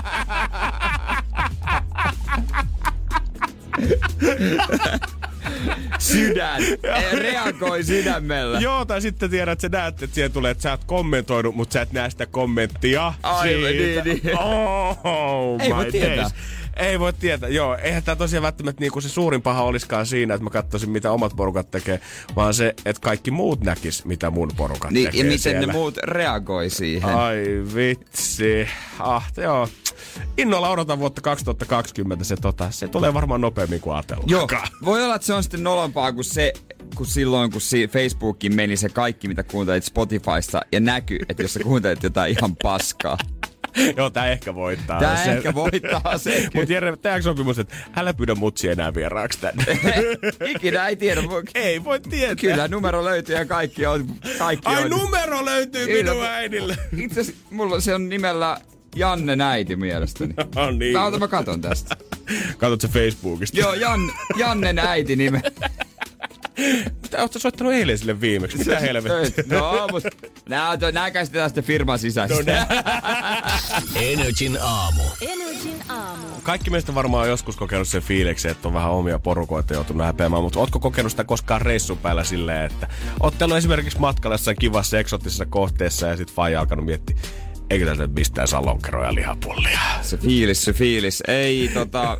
Sydän. Reagoi sydämellä. Joo, tai sitten tiedät, että sä näet, että siihen tulee, että sä oot kommentoinut, mutta sä et näe sitä kommenttia. Aivan, niin. Oh, ei voi tietää. Ei voi tietää, joo. Eihän tää tosiaan välttämättä niinku se suurin paha olisikaan siinä, että mä katsoisin, mitä omat porukat tekee, vaan se, että kaikki muut näkis, mitä mun porukat tekee ja miten siellä. ne muut reagoi siihen. Ai vitsi. Joo. Innolla odotan vuotta 2020. Se tulee varmaan nopeammin kuin ajatellaan. Joo. Voi olla, että se on sitten nolompaa kuin se, kun silloin, kun Facebookiin meni se kaikki, mitä kuuntelit Spotifysta, ja näkyy, että jos sä kuuntelit jotain ihan paskaa. Joo, tää ehkä voittaa. Ehkä voittaa se. Mut Jere, tehdäänkö sopimus, että älä pyydä mutsia enää vieraaksi tänne? Ikinä ei tiedä. Ei voi tietää. Kyllä numero löytyy ja kaikki on. Ai, numero löytyy minun äidille. Itse asiassa mulla se on nimellä Janne äiti mielestäni. No niin. Mä katon tästä. Katot se Facebookista. Joo, Jannen äiti nime. Mitä oot sä soittanut eilen sille viimeksi? Mitä helvettiä? No, mutta nää käsitellään sitten firman sisäisesti. Energin aamu. Kaikki meistä varmaan on joskus kokenut sen fiiliksen, että on vähän omia porukoita joutunut häpeämään, mutta ootko kokenut sitä koskaan reissun päällä silleen, että oot ollut esimerkiksi matkalla jossain kivassa eksoottisessa kohteessa ja sit faija alkanut miettiä, eikö täältä mistään saa lonkeroja ja lihapullia? Se fiilis. Ei,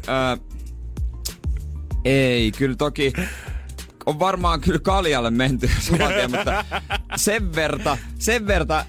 ei, kyllä toki... On varmaan kyllä kaljalle menty saman tien, mutta sen verta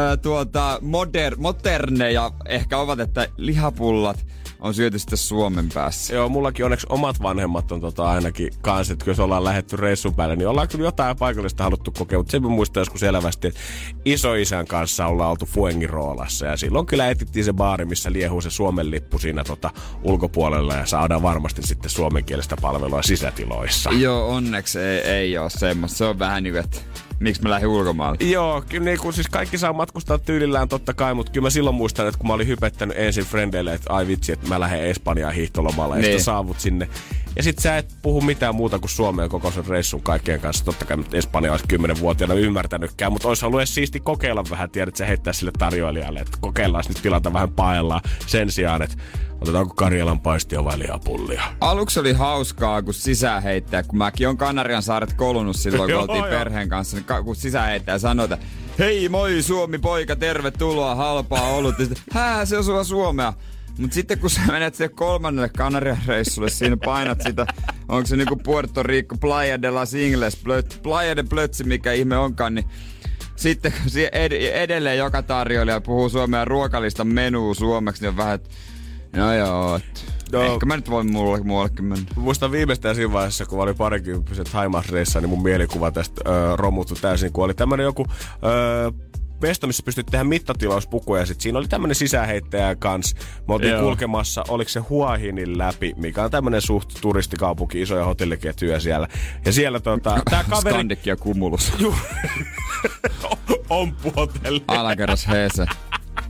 moderneja ehkä ovat, että lihapullat on syöty sitten Suomen päässä. Joo, mullakin onneksi omat vanhemmat on ainakin kanssa, että jos ollaan lähdetty reissun päälle, niin ollaan kyllä jotain paikallista haluttu kokea, mutta sen muistan joskus elävästi, että isoisän kanssa ollaan oltu Fuengiroolassa ja silloin kyllä etittiin se baari, missä liehuu se Suomen lippu siinä ulkopuolella ja saadaan varmasti sitten suomenkielistä palvelua sisätiloissa. Joo, onneksi ei ole semmoista. Se on vähän niin kuin, että miksi mä lähdin ulkomaalle? Joo, kyllä niin kuin, siis kaikki saa matkustaa tyylillään totta kai, mutta kyllä mä silloin muistan, että kun mä olin hypettänyt ensin frendeille, että ai vitsi, että mä lähden Espanjaan hiihtolomalla ja sitten saavut sinne. Ja sit sä et puhu mitään muuta kuin suomea koko sen reissun kaikkien kanssa. Totta kai Espanja olisi 10-vuotiaana ymmärtänytkään, mutta olisi ollut edes siisti kokeilla vähän, tiedät, että sä heittää sille tarjoilijalle, että kokeillaan nyt tilata vähän paellaan sen sijaan, että otetaanko Karjalan paistia vai lihapullia. Aluksi oli hauskaa, kun sisäheittäjä, kun mäkin on Kanarian saaret kolunut silloin, kun oltiin perheen kanssa, niin kun sisäheittäjä sanoi, että hei moi Suomi poika, tervetuloa, halpaa olutta. Se on Suomea. Mut sitten kun sä menet siihen 3. Kanarian reissulle, siinä painat sitä, onko se niinku Puerto Rico, Playa de las Ingles, Playa de Plötsi, mikä ihme onkaan, niin sitten kun edelleen joka tarjoilija puhuu suomea ruokalistan menuu suomeksi, niin on vähän, että no joo, ehkä mä nyt voin muuallekin mennä. Muistan viimeistään siinä vaiheessa, kun oli parikymppiset Haimaasreissa, niin mun mielikuva tästä romuttu täysin, kun oli tämmönen joku mesta, missä pystyt tehdä mittatilauspukuja. Sit siinä oli tämmönen sisäheittäjä kanssa. Me oltiin kulkemassa, oliko se Huahinin läpi, mikä on tämmönen suht turistikaupunki, isoja hotelliketjuja siellä. Ja siellä tää kaveri... Scandic ja Cumulus. Omppuhotelli. Alakerras Heese.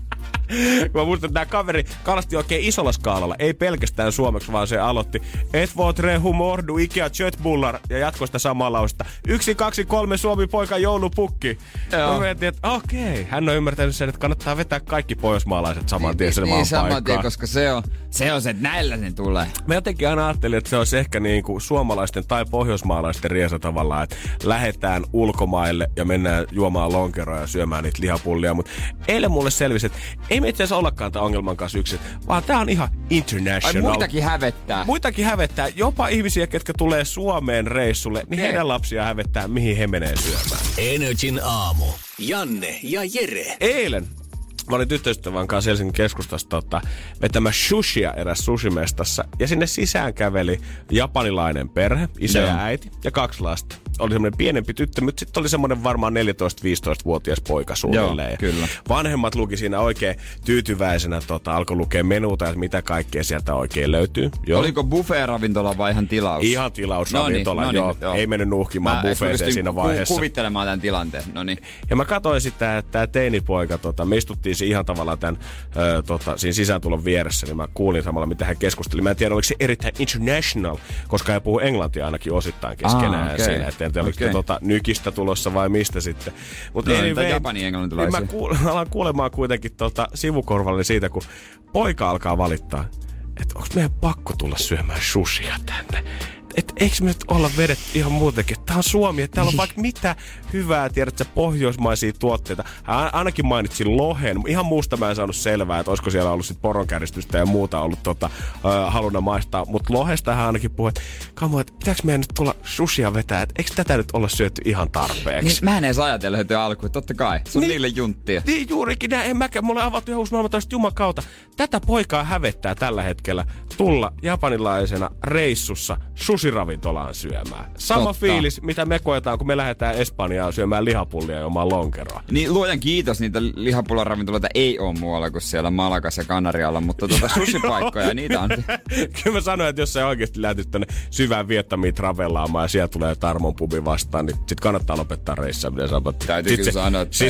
Mä muistan, että tämä kaveri kalasti oikein isolla skaalalla. Ei pelkästään suomeksi, vaan se aloitti. Et votre humordu Ikea Jötbullar. Ja jatkoi sitä samaa lausta. 1, 2, 3 Suomi poika joulupukki. Mä mietin, että okei. Hän on ymmärtänyt sen, että kannattaa vetää kaikki pohjoismaalaiset saman tien sinne vaan paikkaan. Saman tien, koska se on se, että näillä ne tulee. Mä jotenkin aina ajattelin, että se olisi ehkä niinku suomalaisten tai pohjoismaalaisten riesa tavallaan, että lähdetään ulkomaille ja mennään juomaan lonkeroa ja syömään niitä lihapullia. Mutta eilen mulle selvisi, että ei me itse asiassa ollakaan tämän ongelman kanssa yksin, vaan tää on ihan international. Ai muitakin hävettää. Muitakin hävettää. Jopa ihmisiä, ketkä tulee Suomeen reissulle, niin heidän lapsia hävettää, mihin he menee syömään. NRJ:n aamu. Janne ja Jere. Eilen mä olin tyttöystävän kanssa Helsingin keskustassa vetämään sushia eräs sushimestassa. Ja sinne sisään käveli japanilainen perhe, isä ja äiti ja 2 lasta. Oli semmoinen pienempi tyttö, mutta sitten oli semmoinen varmaan 14-15-vuotias poika suunnilleen. Joo, kyllä. Vanhemmat luki siinä oikein tyytyväisenä, alkoi lukea menuta, että mitä kaikkea sieltä oikein löytyy. Joo. Oliko buffet-ravintola vai ihan tilaus? Ihan tilausravintola, joo. Ei mennyt nuuhkimaan buffeeseen siinä vaiheessa. Kuvittelemaan tämän tilanteen, no niin. Ja mä katsoin sitä, että tämä teinipoika, me istuttiin ihan tavallaan tämän siinä sisääntulon vieressä, niin mä kuulin samalla, mitä hän keskusteli. Mä en tiedä, oliko se erittäin international, koska hän puhuu englantia ainakin osittain keskenään okay. Siinä. En tiedä, oliko nykistä tulossa vai mistä sitten. Mutta Japanin englantilaisia. Mä alan kuulemaan kuitenkin sivukorvalleni siitä, kun poika alkaa valittaa, että onko meidän pakko tulla syömään sushia tänne. Että eikö me nyt olla vedetty ihan muutenkin? Tää on Suomi, että täällä on vaikka mitä hyvää, tiedätkö, pohjoismaisia tuotteita. Hän ainakin mainitsi lohen. Ihan muusta mä en saanut selvää, että olisiko siellä ollut sit poronkääristystä ja muuta ollut haluna maistaa. Mutta lohesta hän ainakin puhui, että pitääkö meidän nyt tulla sushia vetää? Että eikö tätä nyt olla syöty ihan tarpeeksi? Niin, mä en edes ajatellut heti alkuun, totta kai. Se on niille junttia. Niin juurikin näin. En mäkään. Mulla on avattu ihan uusi maailma tästä jumakauta. Tätä poikaa hävettää tällä hetkellä tulla japanilaisena reissussa sushiravintolaan syömään. Sama fiilis, mitä me koetaan, kun me lähdetään Espanjaan syömään lihapullia ja omaa lonkeroa. Niin luojan kiitos, niitä lihapulloravintoloita ei ole muualla kuin siellä Malagas ja Kanarialla, mutta sushipaikkoja, niitä on. Kyllä mä sanoin, että jos sä oikeasti lähtisit tänne syvään Vietnamiin travellaamaan ja siellä tulee Tarmon pubi vastaan, niin sit kannattaa lopettaa reissaaminen. Täytyy kyllä sanoa, että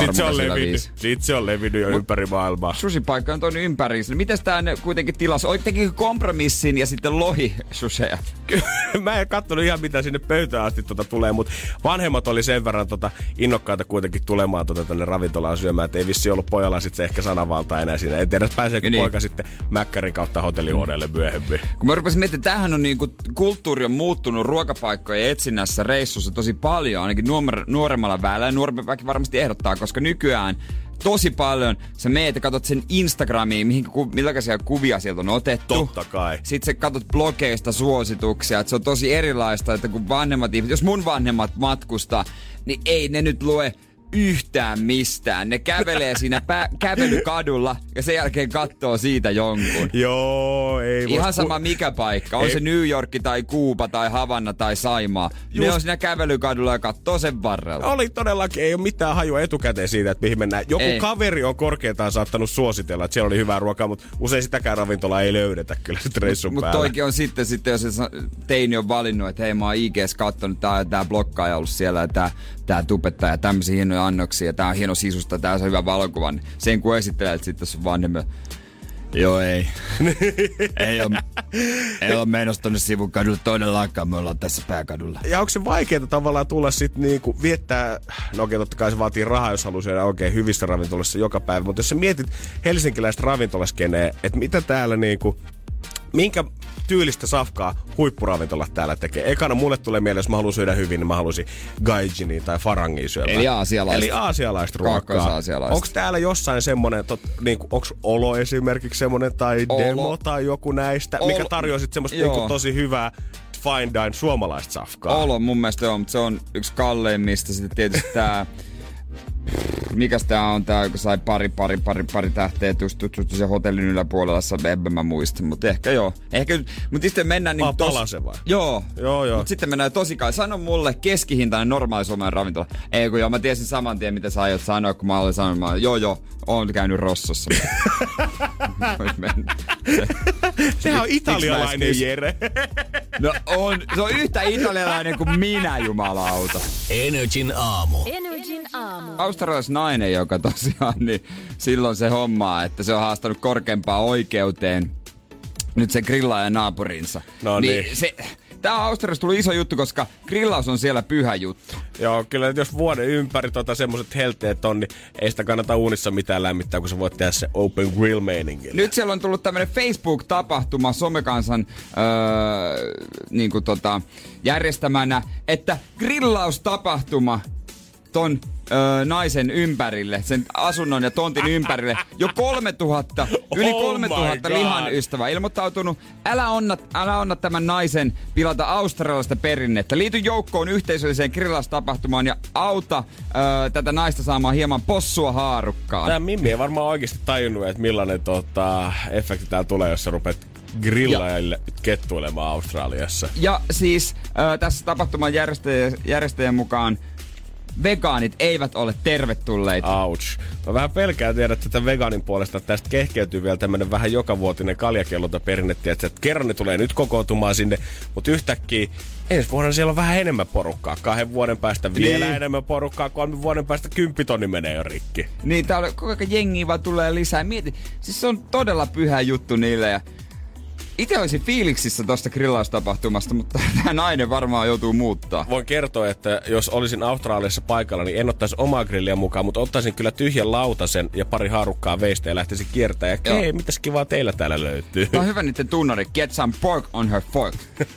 sit se on levinnyt jo ympäri maailmaa. Sushipaikka on toinen ympäri. Mites tää kuitenkin tilas? Tekikö kompromissin ja sitten lohi susheja? Mä en katsonut ihan mitä sinne pöytään asti tulee, mutta vanhemmat oli sen verran innokkaita kuitenkin tulemaan tänne ravintolaan syömään, että ei vissi ollut pojalla sitten se ehkä sananvalta enää siinä. En tiedä, pääseekö poika sitten mäkkärin kautta hotellihuoneelle myöhemmin. Kun mä rupesin miettimään, että tämähän on kulttuuri on muuttunut ruokapaikkojen etsinnässä reissussa tosi paljon, ainakin nuoremmalla väellä. Nuorempi väki varmasti ehdottaa, koska nykyään tosi paljon. Sä meet ja katot sen Instagramiin, millaisia kuvia sieltä on otettu. Totta kai. Sitten sä katot blogeista suosituksia, että se on tosi erilaista, että kun vanhemmat ihmiset, jos mun vanhemmat matkustaa, niin ei ne nyt lue yhtään mistään. Ne kävelee siinä kävelykadulla ja sen jälkeen kattoo siitä jonkun. Joo, ei ihan sama mikä paikka. On se New York tai Kuuba tai Havanna tai Saimaa. Ne on siinä kävelykadulla ja kattoo sen varrella. Oli todellakin. Ei ole mitään hajua etukäteen siitä, että mihin mennään. Joku kaveri on korkeintaan saattanut suositella, että siellä oli hyvää ruokaa, mutta usein sitäkään ravintolaa ei löydetä kyllä sit reissun päällä. Mutta toikin on sitten, jos teini on valinnut, että hei mä oon IG:ssä kattonut, tää blokkaaja ollut siellä ja tää tubettaa ja tämmöisiä hienoja annoksia, tää on hieno sisusta, tää on hyvä valokuva. Sen kun esittelet sitten sun vanhemmin, joo ei oo menossa tonne sivukadulle todellakaan, me ollaan tässä pääkadulla. Ja onko se vaikeeta tavallaan tulla sit niinku viettää, no okei totta kai se vaatii rahaa, jos haluaa syödä oikein hyvissä ravintolassa joka päivä, mutta jos sä mietit helsinkiläistä ravintolaskeneä, että mitä täällä minkä tyylistä safkaa huippuravintolat täällä tekee. Ekana mulle tulee mieleen, jos mä haluan syödä hyvin, niin mä haluaisin gaijinia tai farangia syömään. Eli aasialaista ruokaa. Onko täällä jossain semmonen, onko Olo esimerkiksi semmonen, tai Demo tai joku näistä, mikä tarjoaa sit semmoista tosi hyvää fine dine suomalaista safkaa? Olo mun mielestä on, mutta se on yksi kalleimmista. Sitten tietysti tää mikäs tää on tää, joka sai pari tähteä se hotellin yläpuolella, en mä muista, mutta ehkä joo. Mutta sitten mennään niin Palase vai? Joo. Mutta sitten mennään tosikaan. Sano mulle keskihintainen normaali suomalainen ravintola. Ei kun joo, mä tiesin saman tien mitä sä aiot sanoa, kun mä olin sanomaan, joo, oon käynyt Rossossa. Sehän on italialainen Jere. No se on yhtä italialainen kuin minä, jumalauta. NRJ:n aamu. NRJ:n aamu. Australialaisnainen, joka tosiaan, niin silloin se hommaa, että se on haastanut korkeampaan oikeuteen nyt sen grillaajan naapurinsa. No niin. Tää on Australiassa tullut iso juttu, koska grillaus on siellä pyhä juttu. Joo, kyllä jos vuoden ympäri semmoset helteet on, niin ei sitä kannata uunissa mitään lämmittää, kun sä voit tehdä se open grill meiningin. Nyt siellä on tullut tämmönen Facebook-tapahtuma somekansan järjestämänä, että grillaustapahtuma ton naisen ympärille, sen asunnon ja tontin ympärille. Jo 3000, yli 3000 lihan ystävää ilmoittautunut. Älä onna tämän naisen pilata australialaista perinnettä. Liity joukkoon yhteisölliseen grillaustapahtumaan ja auta tätä naista saamaan hieman possua haarukkaan. Tämä Mimmi ei varmaan oikeasti tajunnut, että millainen efekti täällä tulee, jos sä rupeat grillaajille kettuilemaan Australiassa. Ja siis tässä tapahtuman järjestäjän mukaan vegaanit eivät ole tervetulleita. Ouch. Mä vähän pelkään tiedä tätä vegaanin puolesta, että tästä kehkeytyy vielä tämmönen vähän jokavuotinen kaljakellonta perinnetti, että kerran ne tulee nyt kokoontumaan sinne, mutta yhtäkkiä ensi vuonna siellä on vähän enemmän porukkaa. 2 vuoden päästä vielä enemmän porukkaa, 3 vuoden päästä 10 tonni menee jo rikki. Niin, täällä koko ajan jengiä vaan tulee lisää. Mieti, siis se on todella pyhä juttu niille ja itse olisin fiiliksissä tosta grillaustapahtumasta, mutta tämä nainen varmaan joutuu muuttaa. Voin kertoa, että jos olisin Australiassa paikalla, niin en ottaisi omaa grilliä mukaan, mutta ottaisin kyllä tyhjän lautasen ja pari haarukkaa veistä ja lähtisin kiertämään. Ja hei, mitäs kivaa teillä täällä löytyy? Tämä on hyvä niiden tunnari. Get some pork on her fork.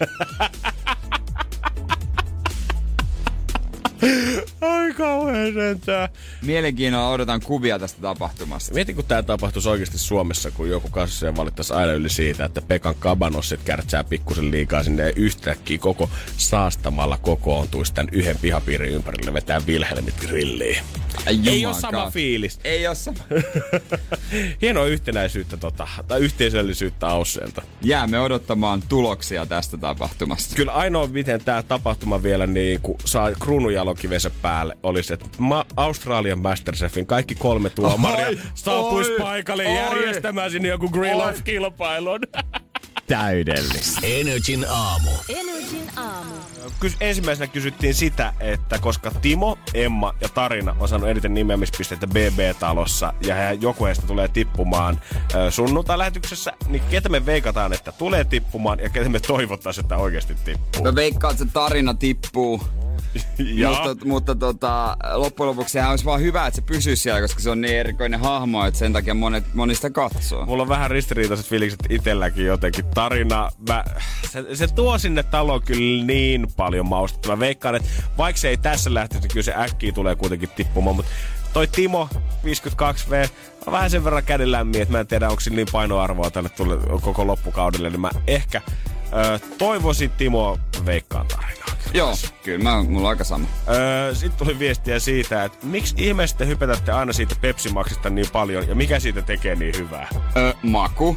Ai kauhean sentään. Mielenkiinnolla odotan kuvia tästä tapahtumasta. Mieti, kun tää tapahtuisi oikeasti Suomessa, kun joku kassaseen valittaisi aina yli siitä, että Pekan kabanossit kärtsää pikkusen liikaa sinne ja yhtäkkiä koko saastamalla kokoontuisi tämän yhden pihapiirin ympärille vetää Wilhelmit grilliin. Ei ole sama fiilis. Ei ole sama. Hienoa yhtenäisyyttä tai yhteisöllisyyttä Ausseelta. Jäämme odottamaan tuloksia tästä tapahtumasta. Kyllä ainoa, miten tää tapahtuma vielä niin kun saa kruununjalokivensä päälle, olisi, että Australian Masterchefin kaikki 3 tuomaria saapuisi paikalle järjestämään sinne joku grill-off-kilpailun. Täydellistä. Energin aamu. Ensimmäisenä kysyttiin sitä, että koska Timo, Emma ja Tarina on saanut eniten nimeämispisteitä BB-talossa ja joku heistä tulee tippumaan sunnuntai-lähetyksessä, niin ketä me veikataan, että tulee tippumaan ja ketä me toivottaisiin, että oikeasti tippuu? Mä veikkaan, että se Tarina tippuu. Mutta loppujen lopuksi sehän olisi vaan hyvä, että se pysyisi siellä, koska se on niin erikoinen hahmo, että sen takia monista katsoo. Mulla on vähän ristiriitaiset fiilikset itselläkin jotenkin. Tarina, se tuo sinne taloon kyllä niin paljon maustetta. Mä veikkaan, että vaikka se ei tässä lähtisi, niin kyllä se äkkiä tulee kuitenkin tippumaan. Mutta toi Timo, 52V, on vähän sen verran käden lämmin, että mä en tiedä, onko sillä niin painoarvoa tänne koko loppukaudelle. Niin mä ehkä toivoisin Timo veikkaan Tarinaa. Joo, kyllä mulla on aika sama. Sitten tuli viestiä siitä, että miksi ihmeessä hypätätte aina siitä Pepsi Maxista niin paljon ja mikä siitä tekee niin hyvää? Maku.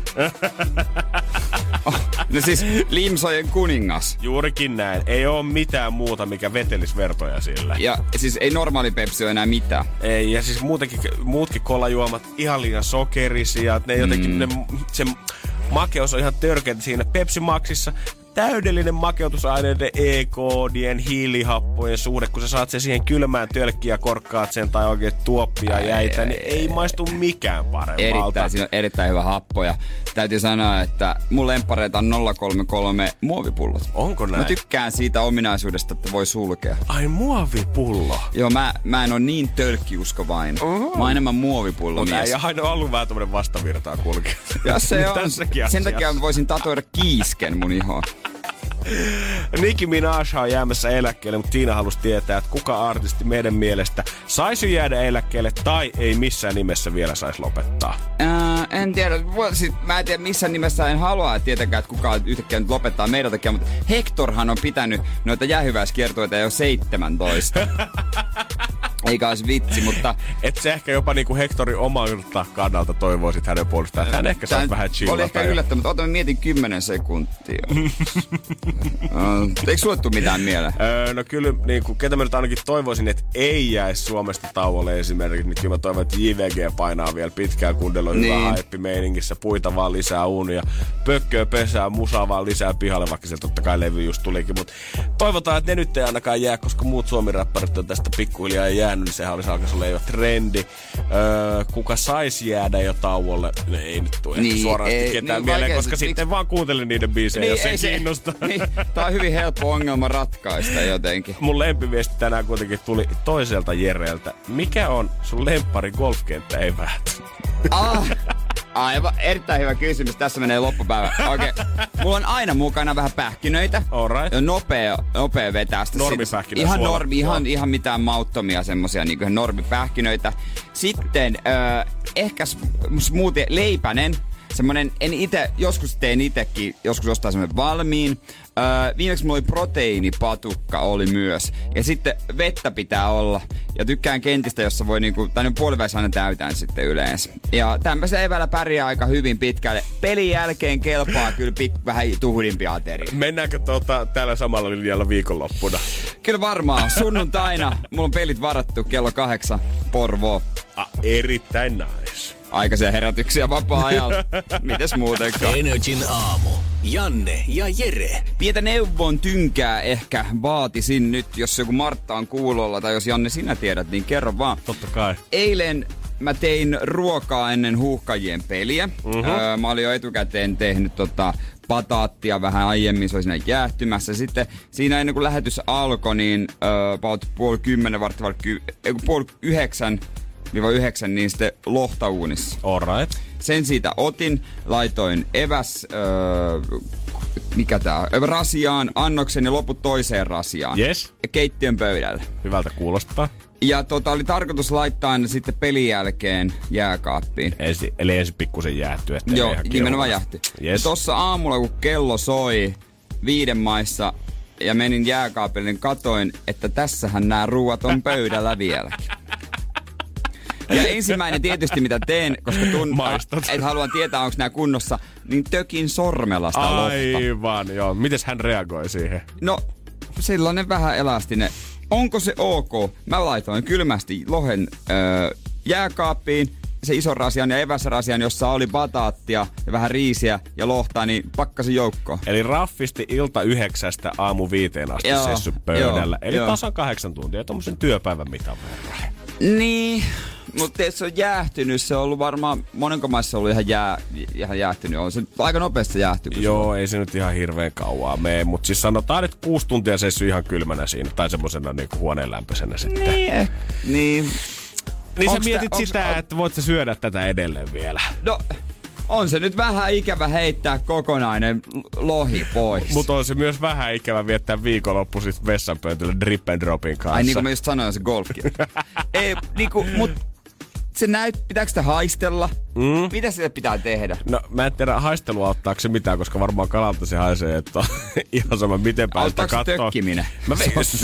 No siis limsojen kuningas. Juurikin näin. Ei oo mitään muuta, mikä vetelis vertoja sillä. Ja siis ei normaali Pepsi ole enää mitään. Ei, ja siis muutkin kolajuomat ihan liian sokerisia. Ne jotenkin, se makeus on ihan törkeä siinä Pepsi Maxissa. Täydellinen makeutusaineiden E-koodien, hiilihappojen suhde, kun sä saat sen siihen kylmään tölkkiin ja korkkaat sen tai oikein tuoppia jäitä, niin ei maistu mikään paremmalta. Siinä on erittäin hyvä happo ja täytyy sanoa, että mun lemppareita on 033 muovipullot. Onko näin? Mä tykkään siitä ominaisuudesta, että voi sulkea. Ai muovipullo? Joo, mä en oo niin tölkkiuskovainen. Mä oon enemmän muovipullo mies. Mutta ei aina ollut vähän tommonen vastavirtaa kulkea. Ja se on. Sen takia voisin tatuoida kiisken mun ihoon. Nicki Minaj on jäämässä eläkkeelle, mutta Tiina halusi tietää, että kuka artisti meidän mielestä saisi jäädä eläkkeelle tai ei missään nimessä vielä saisi lopettaa. En tiedä. Mä en tiedä missään nimessä en halua tietenkään, että kukaan yhtäkkiä nyt lopettaa meidän takia, mutta Hectorhan on pitänyt noita jäähyväiskiertueita jo 17. Eikä olisi vitsi, mutta... Et se ehkä jopa niinku Hectorin omalta kannalta toivoisit hänen puolestaan, että hän ehkä saisi vähän chillata. Oli ehkä yllättänyt, mutta mietin 10 sekuntia. Eikö sulle tule mitään mieleen? No kyllä, niinku, ketä mä nyt ainakin toivoisin, että ei jäisi Suomesta tauolle esimerkiksi, niin kyllä mä toivon, että JVG painaa vielä pitkään, kun on hyvä haippi-meiningissä, puita vaan lisää uunia, pökköä pesää, musaa vaan lisää pihalle, vaikka se totta kai levy just tulikin, mutta toivotaan, että ne nyt ei ainakaan jää, koska muut suomi-räppärit on tästä pikkuhiljaa jää. jäänyt, niin sehän olisi alkanut olla jo trendi. Kuka saisi jäädä jo tauolle? No ei nyt tule niin, suoraan ketään mieleen, koska sitten vaan kuuntelin niiden biisejä, jos ei kiinnosta. Niin, tää on hyvin helppo ongelma ratkaista jotenkin. Mun lempiviesti tänään kuitenkin tuli toiselta Jereltä. Mikä on sun lemppari golfkenttä eväät? Aivan, erittäin hyvä kysymys. Tässä menee loppupäivä. Okei. Mulla on aina mukana vähän pähkinöitä. Alright. Nopea vetää sitä. Normipähkinöitä. Ihan mitään mauttomia semmosia niinku normipähkinöitä. Sitten ehkä smoothie leipänen. Semmonen, joskus teen itekin, joskus ostaa semmonen valmiin. Viimeksi mulla oli proteiinipatukka oli myös. Ja sitten vettä pitää olla. Ja tykkään kentistä, jossa voi niinku, tai puoliväis aina täytään sitten yleensä. Ja tämmöisen evällä pärjää aika hyvin pitkälle. Pelin jälkeen kelpaa kyllä vähän tuhdimpi ateria. Mennäänkö täällä samalla linjalla viikonloppuna? Kyllä varmaan. Sunnuntaina mulla on pelit varattu kello 8 Porvoo. Erittäin nice. Aikaisia herätyksiä vapaa-ajalla. Mites muutenkaan? Energin aamu. Janne ja Jere. Pientä neuvon tynkää ehkä vaatisin nyt, jos joku Martta on kuulolla, tai jos Janne sinä tiedät, niin kerro vaan. Totta kai. Eilen mä tein ruokaa ennen Huuhkajien peliä. Mä olin jo etukäteen tehnyt pataattia vähän aiemmin, se oli siinä jäähtymässä. Sitten siinä ennen kuin lähetys alkoi, niin about 8:30, niin sitten lohtauunissa. Alright. Sen siitä otin, laitoin rasiaan, annoksen ja loput toiseen rasiaan. Yes. Keittiön pöydälle. Hyvältä kuulostaa. Ja oli tarkoitus laittaa ne sitten pelin jälkeen jääkaappiin. Eli ensin pikkusen jäähtyy, ettei joo, ihan nimenomaan jäähty. Yes. Tossa aamulla, kun kello soi 5 maissa ja menin jääkaapille, niin katoin, että tässähän nämä ruuat on pöydällä vieläkin. Ja ensimmäinen tietysti mitä teen, koska et haluan tietää onko nää kunnossa, niin tökin sormella sitä lohta. Aivan, joo. Mites hän reagoi siihen? No, sellainen vähän elastinen. Onko se ok? Mä laitoin kylmästi lohen jääkaappiin, se ison rasian ja eväsrasian, jossa oli bataattia ja vähän riisiä ja lohtaa, niin pakkasin joukkoon. Eli raffisti ilta 9 aamu 5 asti sessu pöydällä. Eli tasan 8 tuntia, tommosen työpäivän mitan verran. Niin, mutta se on jäähtynyt. Se on ollut varmaan, monenko maissa ollut ihan jäähtynyt. On se aika nopeasti jäähtynyt. Joo, ei se nyt ihan hirveän kauaa mene. Mutta siis sanotaan, että 6 tuntia seissyy ihan kylmänä siinä. Tai semmosena niinku huoneen lämpöisenä sitten. Niin. Niin sä mietit että voit sä syödä tätä edelleen vielä? No, on se nyt vähän ikävä heittää kokonainen lohi pois. Mutta on se myös vähän ikävä viettää viikonloppu sit vessanpöntöllä drip and dropin kanssa. Ai niin kuin mä just sanoin, se golfkin. Ei, niinku, mut se pitääkö sitä haistella? Mitä sille pitää tehdä? No mä en tiedä haistelua auttaako se mitään, koska varmaan kalalta se haisee, että on ihan sama miten päin sitä kattoo. Auttaako se tökkiminen? Mä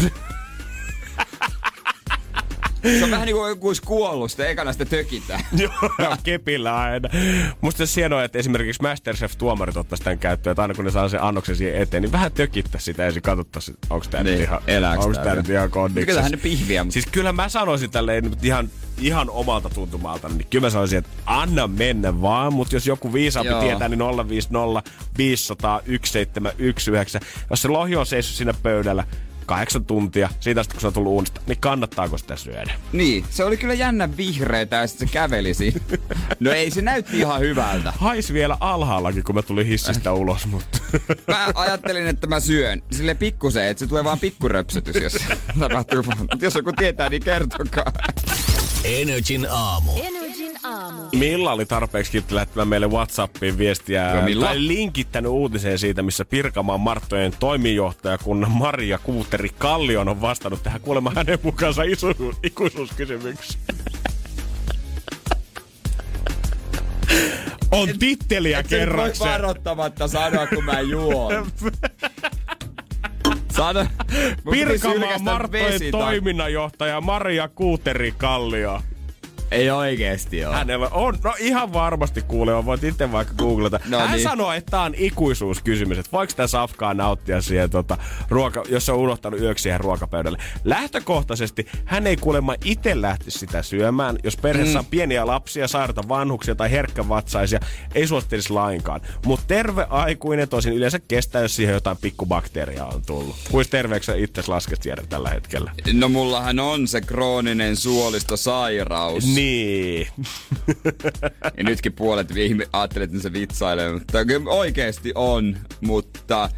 Se on vähän niin kuin olisi kuollut, sitä ekana sitä tökitään. Joo, kepillä aina. Musta se hienoa, että esimerkiksi MasterChef-tuomarit ottaisi tämän käyttöön, että aina kun ne saa sen annoksen siihen eteen, niin vähän tökittäisi sitä ensin katsottaisiin, onko tämä nyt ihan kondiksessa. Kyllähän ne pihviä. Siis kyllä mä sanoisin tälleen ihan omalta tuntumalta, niin kyllä mä sanoisin, että anna mennä vaan, mutta jos joku viisaampi tietää, niin 050 500 1719. Jos se lohi on seissyt siinä pöydällä 8 tuntia siitä asti, kun se on tullut uunista, niin kannattaako sitä syödä? Niin, se oli kyllä jännä vihreätä ja sitten se kävelisi. No ei, se näytti ihan hyvältä. Hais vielä alhaallakin, kun mä tulin hissistä ulos, mutta... Mä ajattelin, että mä syön sille pikkusen, että se tulee vaan pikkuröpsytys, jos tapahtuu. Jos joku tietää, niin kertokaa. Energin aamu. Milla oli tarpeeksi lähettämään meille WhatsAppiin viestiä tai linkittänyt uutiseen siitä, missä Pirkanmaan Marttojen toimijohtajakunnan Maria Kuuteri-Kallion on vastannut tähän kuulemma hänen mukaansa ikuisuuskysymykseen. On titteliä kerrakseen. Et voi varoittamatta sanoa, kun mä juon. Pirkanmaan Marttojen toiminnanjohtaja Maria Kuuteri-Kallio. Ei oikeesti oo. Hänellä on, no ihan varmasti kuulee, voit itse vaikka googlata. No hän niin. sanoo, että tää on ikuisuuskysymys, että voiko sitä safkaa nauttia siihen jos on unohtanut yöksi siihen ruokapöydälle. Lähtökohtaisesti hän ei kuulemma itse lähtisi sitä syömään, jos perheessä on pieniä lapsia, sairaita vanhuksia tai herkkävatsaisia, ei suosittelisi lainkaan. Mutta terve aikuinen tosin yleensä kestää, jos siihen jotain pikkubakteeriaa on tullut. Kuinka terveeksi sä itse lasket Jere tällä hetkellä? No mullahan on se krooninen suolistosairaus. Niin. Ja nytkin puolet ajattelee, että se vitsailee, mutta kyllä oikeesti on, mutta...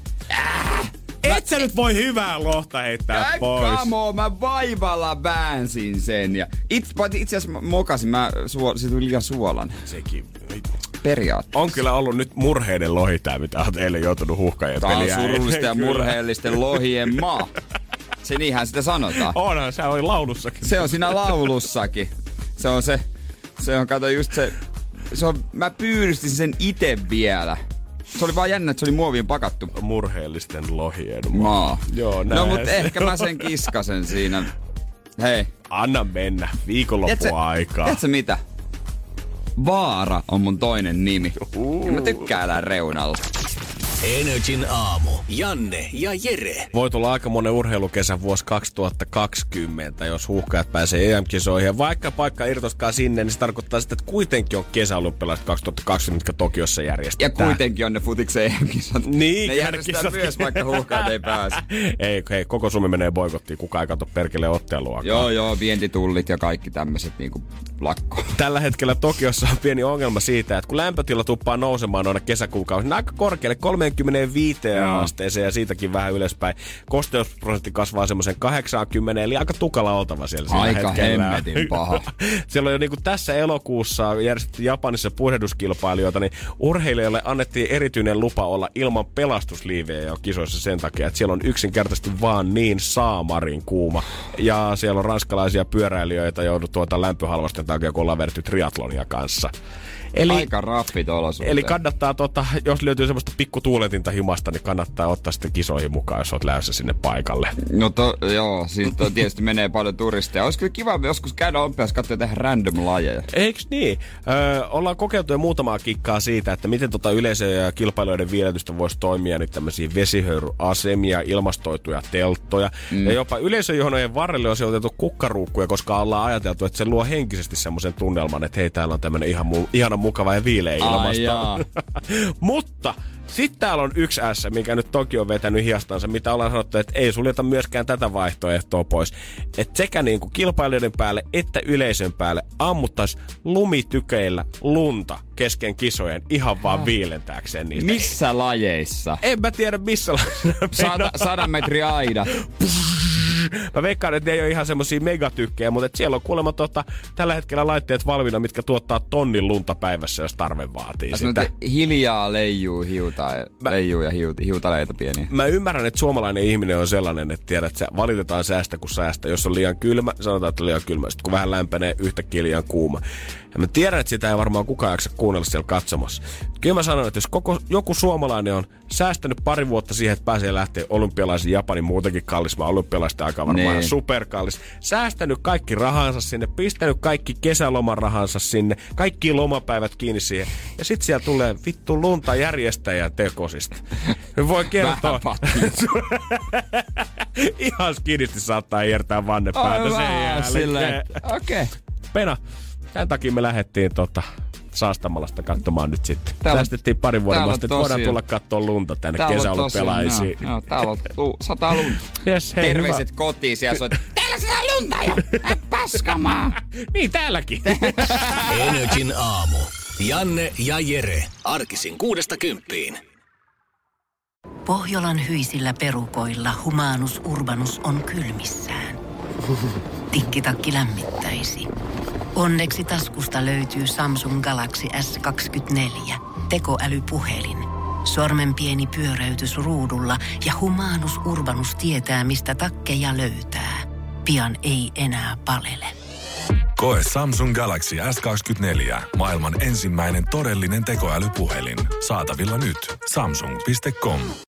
Et sä nyt voi hyvää lohta heittää pois. Kamo, mä vaivalla väänsin sen. Ja itse asiassa mokasin, se tuli liian suolan. Sekin. Periaatteessa. On kyllä ollut nyt murheiden lohi tää, mitä oot eilen joutunut huhkajien peliä. Tää on surullisten ja murheellisten lohien maa. Se niinhän sitä sanotaan. Onhan, se oli laulussakin. Se on siinä laulussakin. Se on, kato just se on, mä pyydystin sen ite vielä. Se oli vaan jännä, että se oli muoviin pakattu. Murheellisten lohien maa. Joo, näin. No mut ehkä mä sen kiskasen siinä. Hei. Anna mennä. Viikonloppuaikaa. Tiedätkö mitä? Vaara on mun toinen nimi. Ja mä tykkään reunalla. NRJ:n aamu. Janne ja Jere. Voi tulla aika monen urheilukesän vuosi 2020, jos huuhkajat pääsee EM-kisoihin. Ja vaikka paikka irtoskaan sinne, niin se tarkoittaa sitä, että kuitenkin on kesäolympialaiset 2020, mitkä Tokiossa järjestetään. Ja kuitenkin on ne futiksen EM-kisat. Niin, ne järjestetään myös, vaikka huuhkajat ei pääse. Hei, koko Suomi menee boikottiin. Kukaan ei katso perkele ottelua. Joo, vientitullit ja kaikki tämmöiset niinku lakko. Tällä hetkellä Tokiossa on pieni ongelma siitä, että kun lämpötila tuppaa nousemaan noina kesäkuukausina, niin aika korkealle 35 asteeseen ja siitäkin vähän ylöspäin. Kosteusprosentti kasvaa semmoisen 80, eli aika tukala oltava siellä aika hetkellä. hemmetin paha. Siellä on jo niinku tässä elokuussa järjestetty Japanissa puhdetuskilpailijoita, niin urheilijoille annettiin erityinen lupa olla ilman pelastusliivejä jo kisoissa sen takia, että siellä on yksinkertaisesti vaan niin saamarin kuuma. Ja siellä on ranskalaisia pyöräilijöitä joudut lämpöhalvasten takia, kun ollaan vedetty triathlonia kanssa. Eli, aika raffit olosuhteet. Eli kannattaa, jos löytyy semmoista pikkutuuletinta himasta, niin kannattaa ottaa sitten kisoihin mukaan, jos oot lähdössä sinne paikalle. No joo, siis tietysti menee paljon turisteja. Olisi kyllä kiva joskus käydä olympiassa katsoa tehdä random-lajeja. Eiks niin? Ollaan kokeiltu jo muutamaa kikkaa siitä, että miten yleisö ja kilpailijoiden vieletystä voisi toimia nyt tämmöisiä vesihöyryasemia, ilmastoituja telttoja. Ja jopa yleisöjohnojen varrelle on sijoitettu kukkaruukkuja, koska ollaan ajateltu, että se luo henkisesti semmoisen tunnelman, että hei, täällä on tämmöinen ihana mukava ja viileä ilmasto. Mutta sitten täällä on yksi S, mikä nyt toki on vetänyt hiastansa, mitä ollaan sanottu, että ei suljeta myöskään tätä vaihtoehtoa pois. Että sekä niinku kilpailijoiden päälle että yleisön päälle ammuttais lumitykeillä lunta kesken kisojen ihan vaan viilentääkseen niitä. Missä lajeissa? En mä tiedä missä lajeissa. 100 metri aida. Mä veikkaan, että ne ei ole ihan semmosia megatykkejä, mutta siellä on kuulemma tällä hetkellä laitteet valmiina, mitkä tuottaa tonnin lunta päivässä, jos tarve vaatii sitä. Hiljaa leijuu ja hiutaleita pieniä. Mä ymmärrän, että suomalainen ihminen on sellainen, että tiedät, että valitetaan säästä kuin säästä. Jos on liian kylmä, sanotaan, että on liian kylmä. Sitten kun vähän lämpenee, yhtäkkiä liian kuuma. Ja mä tiedän, että sitä ei varmaan kukaan jaksa kuunnella siellä katsomassa. Kyllä mä sanon, että jos joku suomalainen on säästänyt pari vuotta siihen, että pääsee lähteä olympialaisiin Japanin muutenkin kallis, vaan olympialaisten aika varmaan superkallis. Säästänyt kaikki rahansa sinne, pistänyt kaikki kesäloman rahansa sinne, kaikki lomapäivät kiinni siihen. Ja sit siellä tulee vittu lunta järjestäjän tekosista. Voi kertoa. Ihan skidisti saattaa hiertää vannepäätä sen jälkeen. Okei. Pena, tämän takia me lähdettiin Saastamalasta katsomaan nyt sitten. Säästettiin parin vuoden vasta, että voidaan tulla katsoa lunta tänne kesäolympialaisiin. Joo, täällä on 100 lunta. Yes, hei, terveiset hyvä. Kotiin siellä soit. Täällä sitä lunta jo! Paskamaa! Niin, täälläkin. NRJ:n aamu. Janne ja Jere. Arkisin 6–10. Pohjolan hyisillä perukoilla Humanus Urbanus on kylmissään. Tikkitakki lämmittäisi. Onneksi taskusta löytyy Samsung Galaxy S24. Tekoälypuhelin. Sormenpieni pyöräytys ruudulla ja Humanus Urbanus tietää, mistä takkeja löytää. Pian ei enää palele. Koe Samsung Galaxy S24. Maailman ensimmäinen todellinen tekoälypuhelin. Saatavilla nyt. Samsung.com.